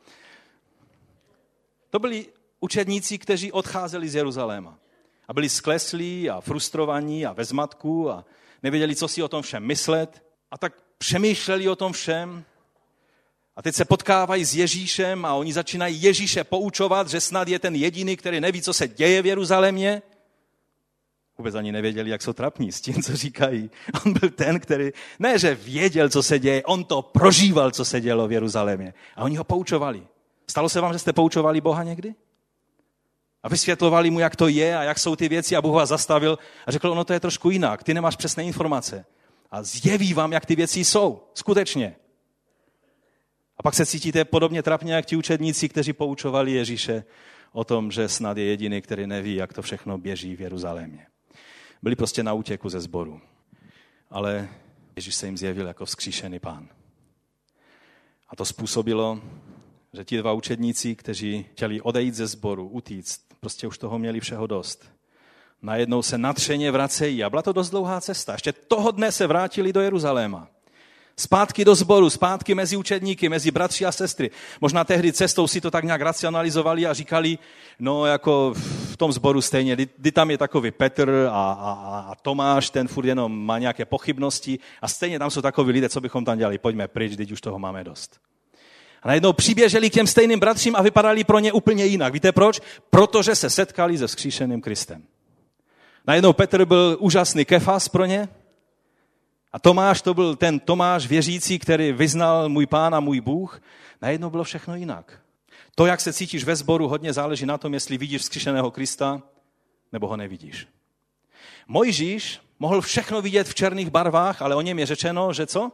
To byli učedníci, kteří odcházeli z Jeruzaléma. A byli skleslí a frustrovaní a ve zmatku a nevěděli, co si o tom všem myslet. A tak přemýšleli o tom všem. A teď se potkávají s Ježíšem a oni začínají Ježíše poučovat, že snad je ten jediný, který neví, co se děje v Jeruzalémě. Vůbec ani nevěděli, jak jsou trapní s tím, co říkají. On byl ten, který ne, že věděl, co se děje, on to prožíval, co se dělo v Jeruzalémě. A oni ho poučovali. Stalo se vám, že jste poučovali Boha někdy? A vysvětlovali mu, jak to je a jak jsou ty věci a Bůh vás zastavil a řekl, ono to je trošku jinak, ty nemáš přesné informace. A zjeví vám, jak ty věci jsou, skutečně. A pak se cítíte podobně trapně, jak ti učedníci, kteří poučovali Ježíše o tom, že snad je jediný, který neví, jak to všechno běží v Jeruzalémě. Byli prostě na útěku ze sboru. Ale Ježíš se jim zjevil jako vzkříšený Pán. A to způsobilo, že ti 2 učedníci, kteří chtěli odejít ze sboru, utíct, prostě už toho měli všeho dost. Najednou se natřeně vracejí a byla to dost dlouhá cesta. Ještě toho dne se vrátili do Jeruzaléma. Zpátky do sboru, zpátky mezi učedníky, mezi bratři a sestry. Možná tehdy cestou si to tak nějak racionalizovali a říkali, no jako v tom sboru stejně, kdy tam je takový Petr a Tomáš, ten furt jenom má nějaké pochybnosti a stejně tam jsou takoví lidé, co bychom tam dělali, pojďme pryč, teď už toho máme dost. A najednou přiběželi k těm stejným bratřím a vypadali pro ně úplně jinak. Víte proč? Protože se setkali se vzkříšeným Kristem. Najednou Petr byl úžasný Kefas pro ně a Tomáš to byl ten Tomáš věřící, který vyznal můj Pán a můj Bůh. Najednou bylo všechno jinak. To, jak se cítíš ve sboru, hodně záleží na tom, jestli vidíš vzkříšeného Krista nebo ho nevidíš. Mojžíš mohl všechno vidět v černých barvách, ale o něm je řečeno, že co?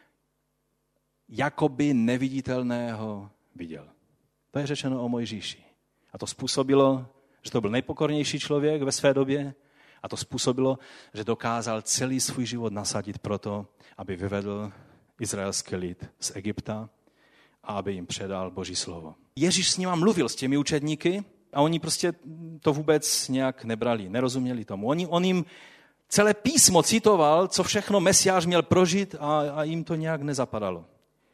Jakoby neviditelného viděl. To je řečeno o Mojžíši. A to způsobilo, že to byl nejpokornější člověk ve své době a to způsobilo, že dokázal celý svůj život nasadit proto, aby vyvedl izraelský lid z Egypta a aby jim předal Boží slovo. Ježíš s nima mluvil, s těmi učedníky a oni prostě to vůbec nějak nebrali, nerozuměli tomu. On jim celé písmo citoval, co všechno Mesiáš měl prožít a jim to nějak nezapadalo.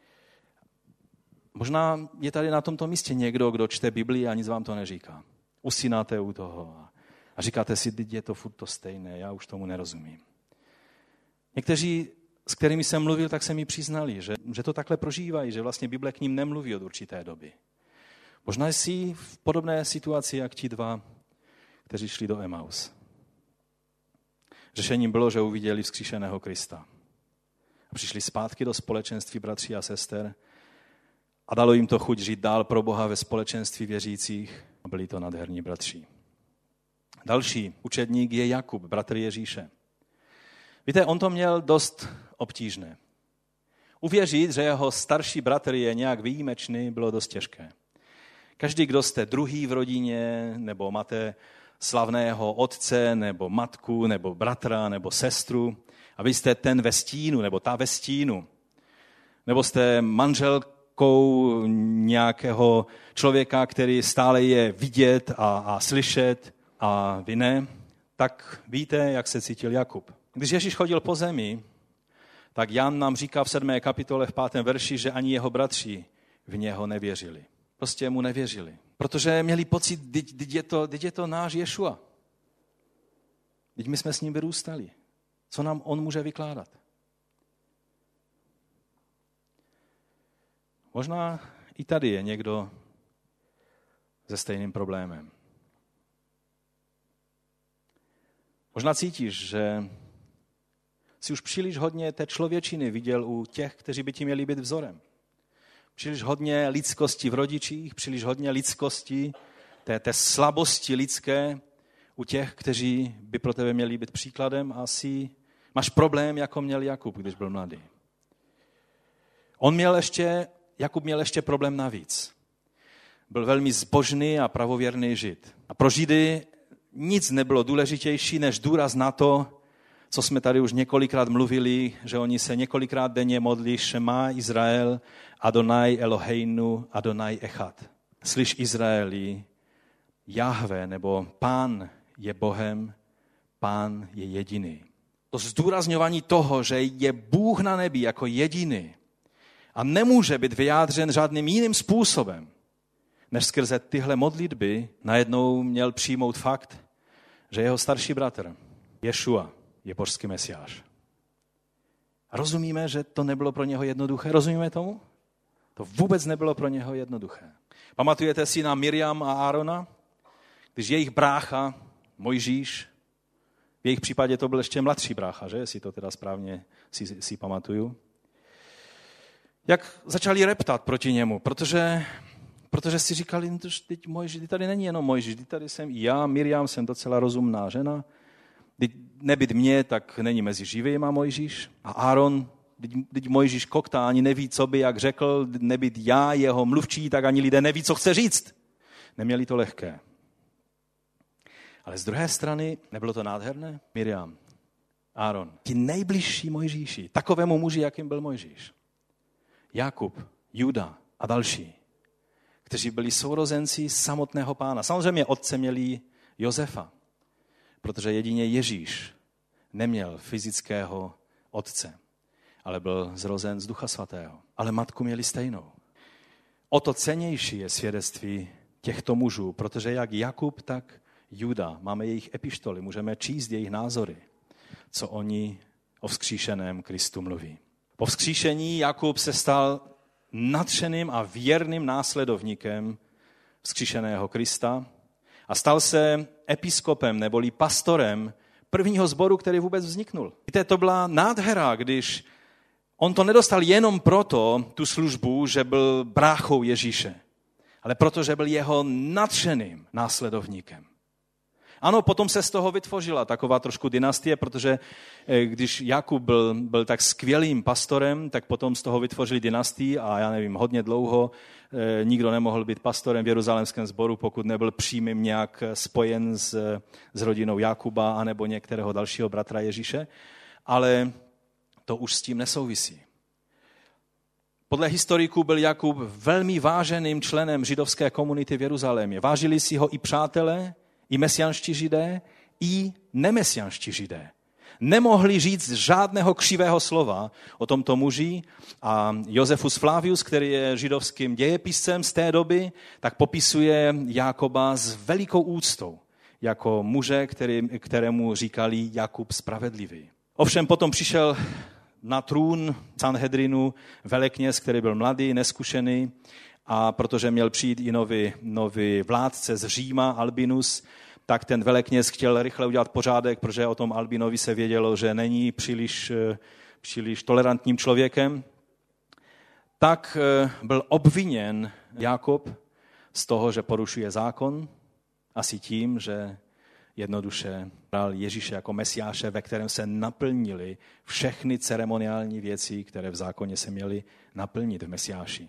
Možná je tady na tomto místě někdo, kdo čte Biblii a nic vám to neříká. Usínáte u toho a říkáte si, teď je to furt to stejné, já už tomu nerozumím. Někteří, s kterými jsem mluvil, tak se mi přiznali, že to takhle prožívají, že vlastně Bible k ním nemluví od určité doby. Možná jsi v podobné situaci, jak ti dva, kteří šli do Emaus. Řešením bylo, že uviděli vzkříšeného Krista. A přišli zpátky do společenství bratří a sester a dalo jim to chuť žít dál pro Boha ve společenství věřících a byli to nádherní bratři. Další učedník je Jakub, bratr Ježíše. Víte, on to měl dost obtížné. Uvěřit, že jeho starší bratr je nějak výjimečný, bylo dost těžké. Každý, kdo jste druhý v rodině, nebo máte slavného otce, nebo matku, nebo bratra, nebo sestru, a vy jste ten ve stínu, nebo ta ve stínu, nebo jste manželkou nějakého člověka, který stále je vidět a slyšet, a vy ne, tak víte, jak se cítil Jakub. Když Ježíš chodil po zemi, tak Jan nám říká v 7. kapitole v 5. verši, že ani jeho bratři v něho nevěřili. Prostě mu nevěřili. Protože měli pocit, teď je to náš Ješua. Teď my jsme s ním vyrůstali. Co nám on může vykládat? Možná i tady je někdo se stejným problémem. Možná cítíš, že jsi už příliš hodně té člověčiny viděl u těch, kteří by ti měli být vzorem. Příliš hodně lidskosti v rodičích, příliš hodně lidskosti, té slabosti lidské u těch, kteří by pro tebe měli být příkladem a máš problém, jako měl Jakub, když byl mladý. Jakub měl ještě problém navíc. Byl velmi zbožný a pravověrný Žid. A pro Židy nic nebylo důležitější, než důraz na to, co jsme tady už několikrát mluvili, že oni se několikrát denně modlí Šema Izrael, Adonai Eloheinu, Adonai Echad. Slyš Izraeli, Jahve nebo Pán je Bohem, Pán je jediný. To zdůrazňování toho, že je Bůh na nebi jako jediný a nemůže být vyjádřen žádným jiným způsobem, než skrze tyhle modlitby najednou měl přijmout fakt, že jeho starší bratr, Ješua, je božský Mesiáš. A rozumíme, že to nebylo pro něho jednoduché? Rozumíme tomu? To vůbec nebylo pro něho jednoduché. Pamatujete si na Miriam a Árona? Když jejich brácha, Mojžíš, v jejich případě to byl ještě mladší brácha, že? Si to teda správně si pamatuju. Jak začali reptat proti němu, protože si říkali, teď Mojžíš, tady není jenom Mojžíš, tady jsem i já, Miriam, jsem docela rozumná žena, nebyt mě, tak není mezi živýma Mojžíš. A Áron, teď Mojžíš koktá, ani neví, co by jak řekl, nebyt já, jeho mluvčí, tak ani lidé neví, co chce říct. Neměli to lehké. Ale z druhé strany, nebylo to nádherné? Miriam, Áron, ti nejbližší Mojžíši, takovému muži, jakým byl Mojžíš. Jakub, Juda a další, kteří byli sourozenci samotného Pána. Samozřejmě otce měli Josefa, protože jedině Ježíš neměl fyzického otce. ale byl zrozen z Ducha Svatého. Ale matku měli stejnou. O to cennější je svědectví těchto mužů, protože jak Jakub, tak Juda, máme jejich epištoly, můžeme číst jejich názory, co oni o vzkříšeném Kristu mluví. Po vzkříšení Jakub se stal nadšeným a věrným následovníkem vzkříšeného Krista a stal se episkopem neboli pastorem prvního sboru, který vůbec vzniknul. Víte, to byla nádhera, když on to nedostal jenom proto, tu službu, že byl bráchou Ježíše, ale protože byl jeho nadšeným následovníkem. Ano, potom se z toho vytvořila taková trošku dynastie, protože když Jakub byl tak skvělým pastorem, tak potom z toho vytvořili dynastii a já nevím, hodně dlouho nikdo nemohl být pastorem v Jeruzalémském sboru, pokud nebyl přímým nějak spojen s rodinou Jakuba anebo některého dalšího bratra Ježíše, ale to už s tím nesouvisí. Podle historiků byl Jakub velmi váženým členem židovské komunity v Jeruzalémě. Vážili si ho i přátelé, i mesianští židé, i nemesianští židé. Nemohli říct žádného křivého slova o tomto muži a Josefus Flavius, který je židovským dějepiscem z té doby, tak popisuje Jákoba s velikou úctou jako muže, kterému říkali Jakub spravedlivý. Ovšem potom přišel na trůn Sanhedrinu velekněz, který byl mladý, neskušený, a protože měl přijít i nový vládce z Říma, Albinus, tak ten velekněz chtěl rychle udělat pořádek, protože o tom Albinovi se vědělo, že není příliš tolerantním člověkem. Tak byl obviněn Jákob z toho, že porušuje zákon, asi tím, že jednoduše bral Ježíše jako Mesiáše, ve kterém se naplnily všechny ceremoniální věci, které v zákoně se měly naplnit v Mesiáši.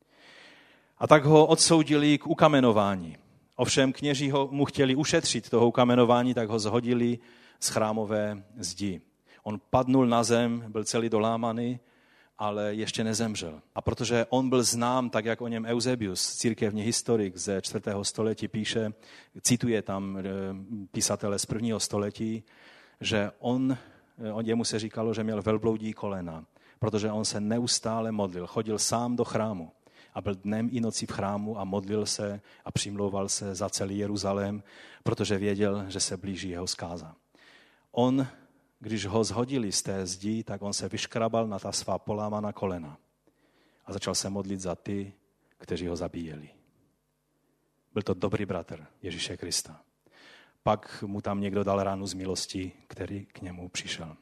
A tak ho odsoudili k ukamenování. Ovšem kněží mu chtěli ušetřit toho ukamenování, tak ho zhodili z chrámové zdi. On padnul na zem, byl celý dolámaný, ale ještě nezemřel. A protože on byl znám, tak jak o něm Eusebius, církevní historik ze 4. století píše, cituje tam písatele z 1. století, že jemu se říkalo, že měl velbloudí kolena, protože on se neustále modlil, chodil sám do chrámu a byl dnem i nocí v chrámu a modlil se a přimlouval se za celý Jeruzalém, protože věděl, že se blíží jeho zkáza. On, když ho zhodili z té zdi, tak on se vyškrabal na ta svá polámaná kolena a začal se modlit za ty, kteří ho zabíjeli. Byl to dobrý bratr Ježíše Krista. Pak mu tam někdo dal ránu z milosti, který k němu přišel.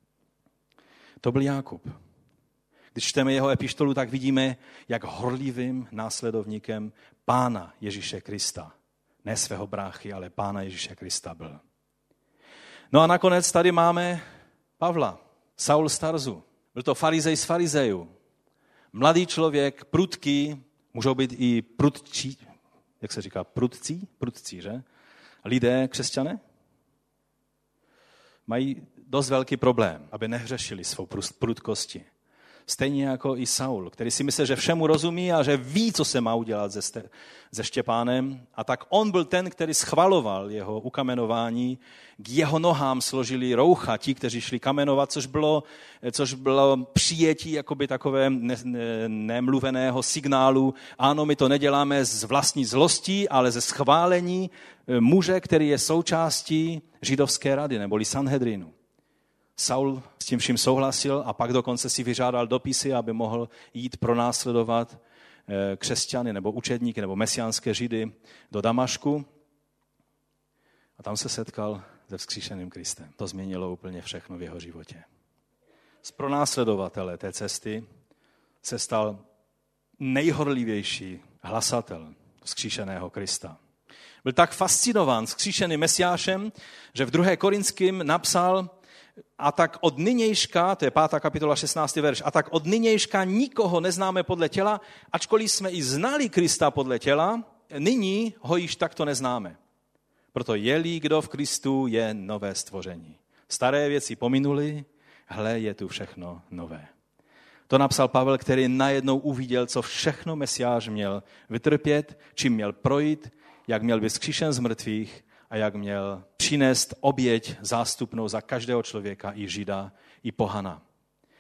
To byl Jakub. Když čteme jeho epištolu, tak vidíme, jak horlivým následovníkem Pána Ježíše Krista, ne svého bráchy, ale Pána Ježíše Krista byl. No a nakonec tady máme Pavla, Saul z Tarzu. Byl to farizej z farizejů. Mladý člověk, prudký, můžou být i prudčí, jak se říká, prudcí, že? Lidé, křesťané, mají dost velký problém, aby nehřešili svou prudkosti. Stejně jako i Saul, který si myslel, že všemu rozumí a že ví, co se má udělat se Štěpánem. A tak on byl ten, který schvaloval jeho ukamenování. K jeho nohám složili roucha ti, kteří šli kamenovat, což bylo přijetí jakoby takové nemluveného signálu. Ano, my to neděláme z vlastní zlosti, ale ze schválení muže, který je součástí židovské rady, neboli Sanhedrinu. Saul s tím vším souhlasil a pak dokonce si vyžádal dopisy, aby mohl jít pronásledovat křesťany nebo učedníky nebo mesiánské židy do Damašku. A tam se setkal se vzkříšeným Kristem. To změnilo úplně všechno v jeho životě. Z pronásledovatele té cesty se stal nejhorlivější hlasatel vzkříšeného Krista. Byl tak fascinován vzkříšeným Mesiášem, že v 2. Korinským napsal: a tak od nynějška, to je 5. kapitola 16. verš, a tak od nynějška nikoho neznáme podle těla, ačkoliv jsme i znali Krista podle těla, nyní ho již takto neznáme. Proto je-li kdo v Kristu, je nové stvoření. Staré věci pominuly, hle, je tu všechno nové. To napsal Pavel, který najednou uviděl, co všechno Mesiáš měl vytrpět, čím měl projít, jak měl být vzkříšen z mrtvých a jak měl přinést oběť zástupnou za každého člověka, i Žida, i pohana.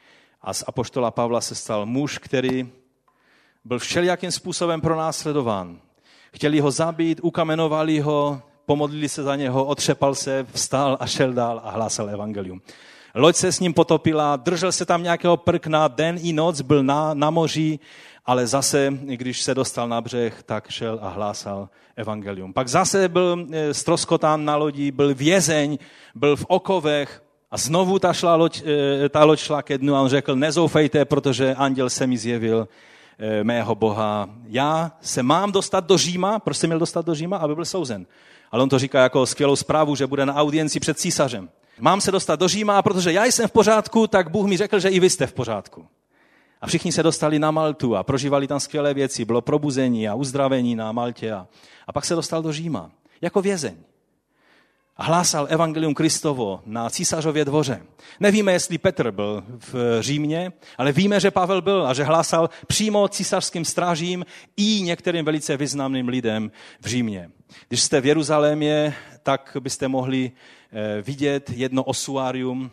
A z apoštola Pavla se stal muž, který byl všelijakým způsobem pronásledován. Chtěli ho zabít, ukamenovali ho, pomodlili se za něho, otřepal se, vstal a šel dál a hlásal evangelium. Loď se s ním potopila, držel se tam nějakého prkna, den i noc byl na moři, ale zase, když se dostal na břeh, tak šel a hlásal evangelium. Pak zase byl ztroskotán na lodi, byl vězeň, byl v okovech a znovu ta loď šla ke dnu a on řekl, nezoufejte, protože anděl se mi zjevil, mého Boha. Já se mám dostat do Říma, proč se měl dostat do Říma, aby byl souzen. Ale on to říká jako skvělou zprávu, že bude na audienci před císařem. Mám se dostat do Říma, a protože já jsem v pořádku, tak Bůh mi řekl, že i vy jste v pořádku. A všichni se dostali na Maltu a prožívali tam skvělé věci. Bylo probuzení a uzdravení na Maltě. A pak se dostal do Říma jako vězeň. A hlásal evangelium Kristovo na císařově dvoře. Nevíme, jestli Petr byl v Římě, ale víme, že Pavel byl a že hlásal přímo císařským strážím i některým velice významným lidem v Římě. Když jste v Jeruzalémě, tak byste mohli vidět jedno osuárium,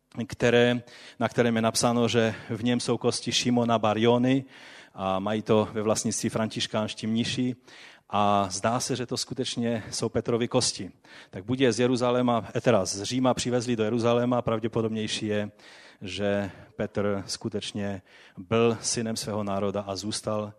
na kterém je napsáno, že v něm jsou kosti Šimona bar Jony a mají to ve vlastnictví františkánští mniši. A zdá se, že to skutečně jsou Petrovy kosti. Tak buď je z Jeruzaléma, z Říma přivezli do Jeruzaléma, pravděpodobnější je, že Petr skutečně byl synem svého národa a zůstal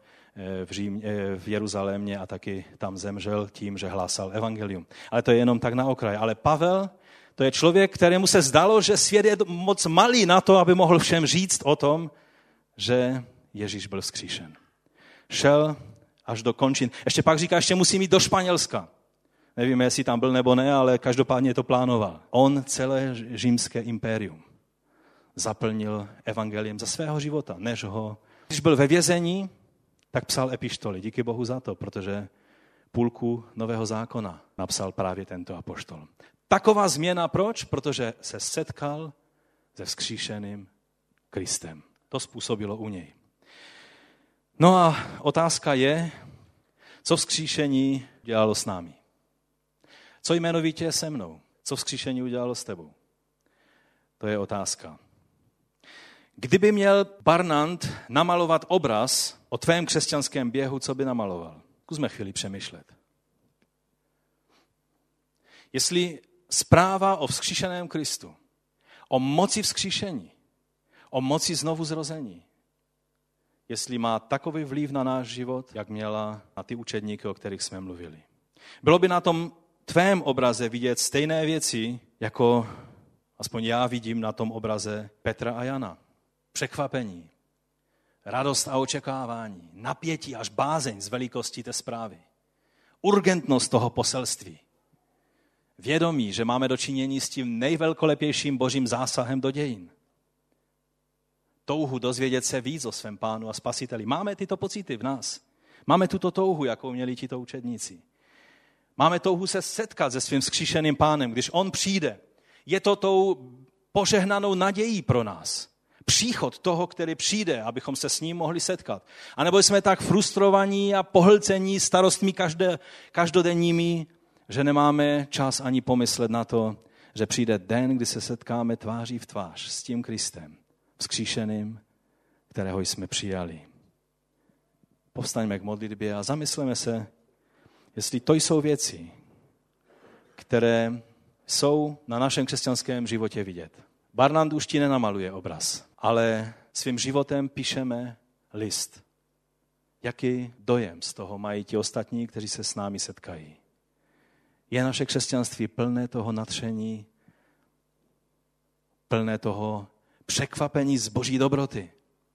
v Jeruzalémě a taky tam zemřel tím, že hlásal evangelium. Ale to je jenom tak na okraj. Ale Pavel, to je člověk, kterému se zdalo, že svět je moc malý na to, aby mohl všem říct o tom, že Ježíš byl vzkříšen. Šel až do končin. Ještě pak říká, ještě musí jít do Španělska. Nevíme, jestli tam byl nebo ne, ale každopádně to plánoval. On celé římské impérium zaplnil evangeliem za svého života, než ho. Když byl ve vězení, tak psal epištoly. Díky Bohu za to, protože půlku Nového zákona napsal právě tento apoštol. Taková změna, proč? Protože se setkal se vzkříšeným Kristem. To způsobilo u něj. No a otázka je, co vzkříšení udělalo s námi. Co jmenovitě se mnou? Co vzkříšení udělalo s tebou? To je otázka. Kdyby měl Barnant namalovat obraz o tvém křesťanském běhu, co by namaloval? Zkusme chvíli přemýšlet. Jestli zpráva o vzkříšeném Kristu, o moci vzkříšení, o moci znovuzrození, jestli má takový vliv na náš život, jak měla na ty učedníky, o kterých jsme mluvili. Bylo by na tom tvém obraze vidět stejné věci, jako aspoň já vidím na tom obraze Petra a Jana. Překvapení, radost a očekávání, napětí až bázeň z velikosti té zprávy. Urgentnost toho poselství. Vědomí, že máme dočinění s tím nejvelkolepějším božím zásahem do dějin. Touhu dozvědět se víc o svém Pánu a Spasiteli. Máme tyto pocity v nás. Máme tuto touhu, jakou měli tito učedníci. Máme touhu se setkat se svým vzkříšeným Pánem, když on přijde. Je to tou požehnanou nadějí pro nás. Příchod toho, který přijde, abychom se s ním mohli setkat. A nebo jsme tak frustrovaní a pohlcení starostmi každodenními, že nemáme čas ani pomyslet na to, že přijde den, kdy se setkáme tváří v tvář s tím Kristem, vzkříšeným, kterého jsme přijali. Povstaňme k modlitbě a zamysleme se, jestli to jsou věci, které jsou na našem křesťanském životě vidět. Barnant už ti nenamaluje obraz, ale svým životem píšeme list. Jaký dojem z toho mají ti ostatní, kteří se s námi setkají? Je naše křesťanství plné toho nadšení, plné toho překvapení z boží dobroty.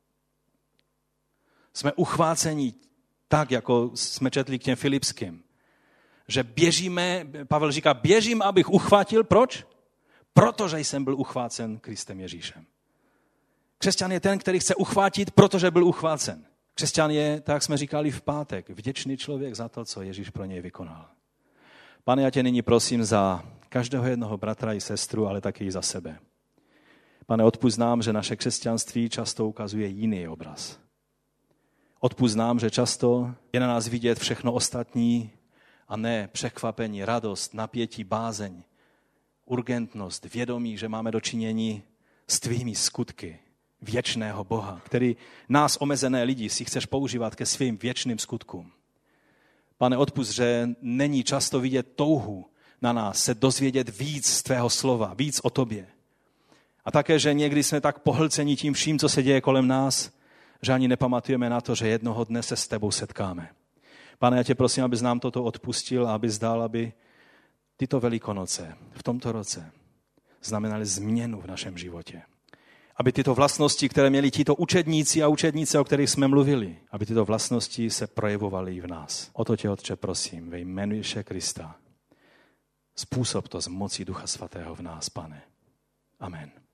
Jsme uchváceni tak, jako jsme četli k těm Filipským, že běžíme, Pavel říká, běžím, abych uchvátil, proč? Protože jsem byl uchvácen Kristem Ježíšem. Křesťan je ten, který chce uchvátit, protože byl uchvácen. Křesťan je, tak jak jsme říkali v pátek, vděčný člověk za to, co Ježíš pro něj vykonal. Pane, já tě nyní prosím za každého jednoho bratra i sestru, ale taky i za sebe. Pane, odpusť nám, že naše křesťanství často ukazuje jiný obraz. Odpusť nám, že často je na nás vidět všechno ostatní a ne překvapení, radost, napětí, bázeň, urgentnost, vědomí, že máme dočinění s tvými skutky, věčného Boha, který nás omezené lidi si chceš používat ke svým věčným skutkům. Pane, odpusť, že není často vidět touhu na nás se dozvědět víc z tvého slova, víc o tobě. A také, že někdy jsme tak pohlceni tím vším, co se děje kolem nás, že ani nepamatujeme na to, že jednoho dne se s tebou setkáme. Pane, já tě prosím, abys nám toto odpustil a abys dal, aby tyto Velikonoce v tomto roce znamenaly změnu v našem životě. Aby tyto vlastnosti, které měli tito učedníci a učednice, o kterých jsme mluvili, aby tyto vlastnosti se projevovaly i v nás. O to tě, Otče, prosím, ve jménu Ježíše Krista. Způsob to z mocí Ducha Svatého v nás, Pane. Amen.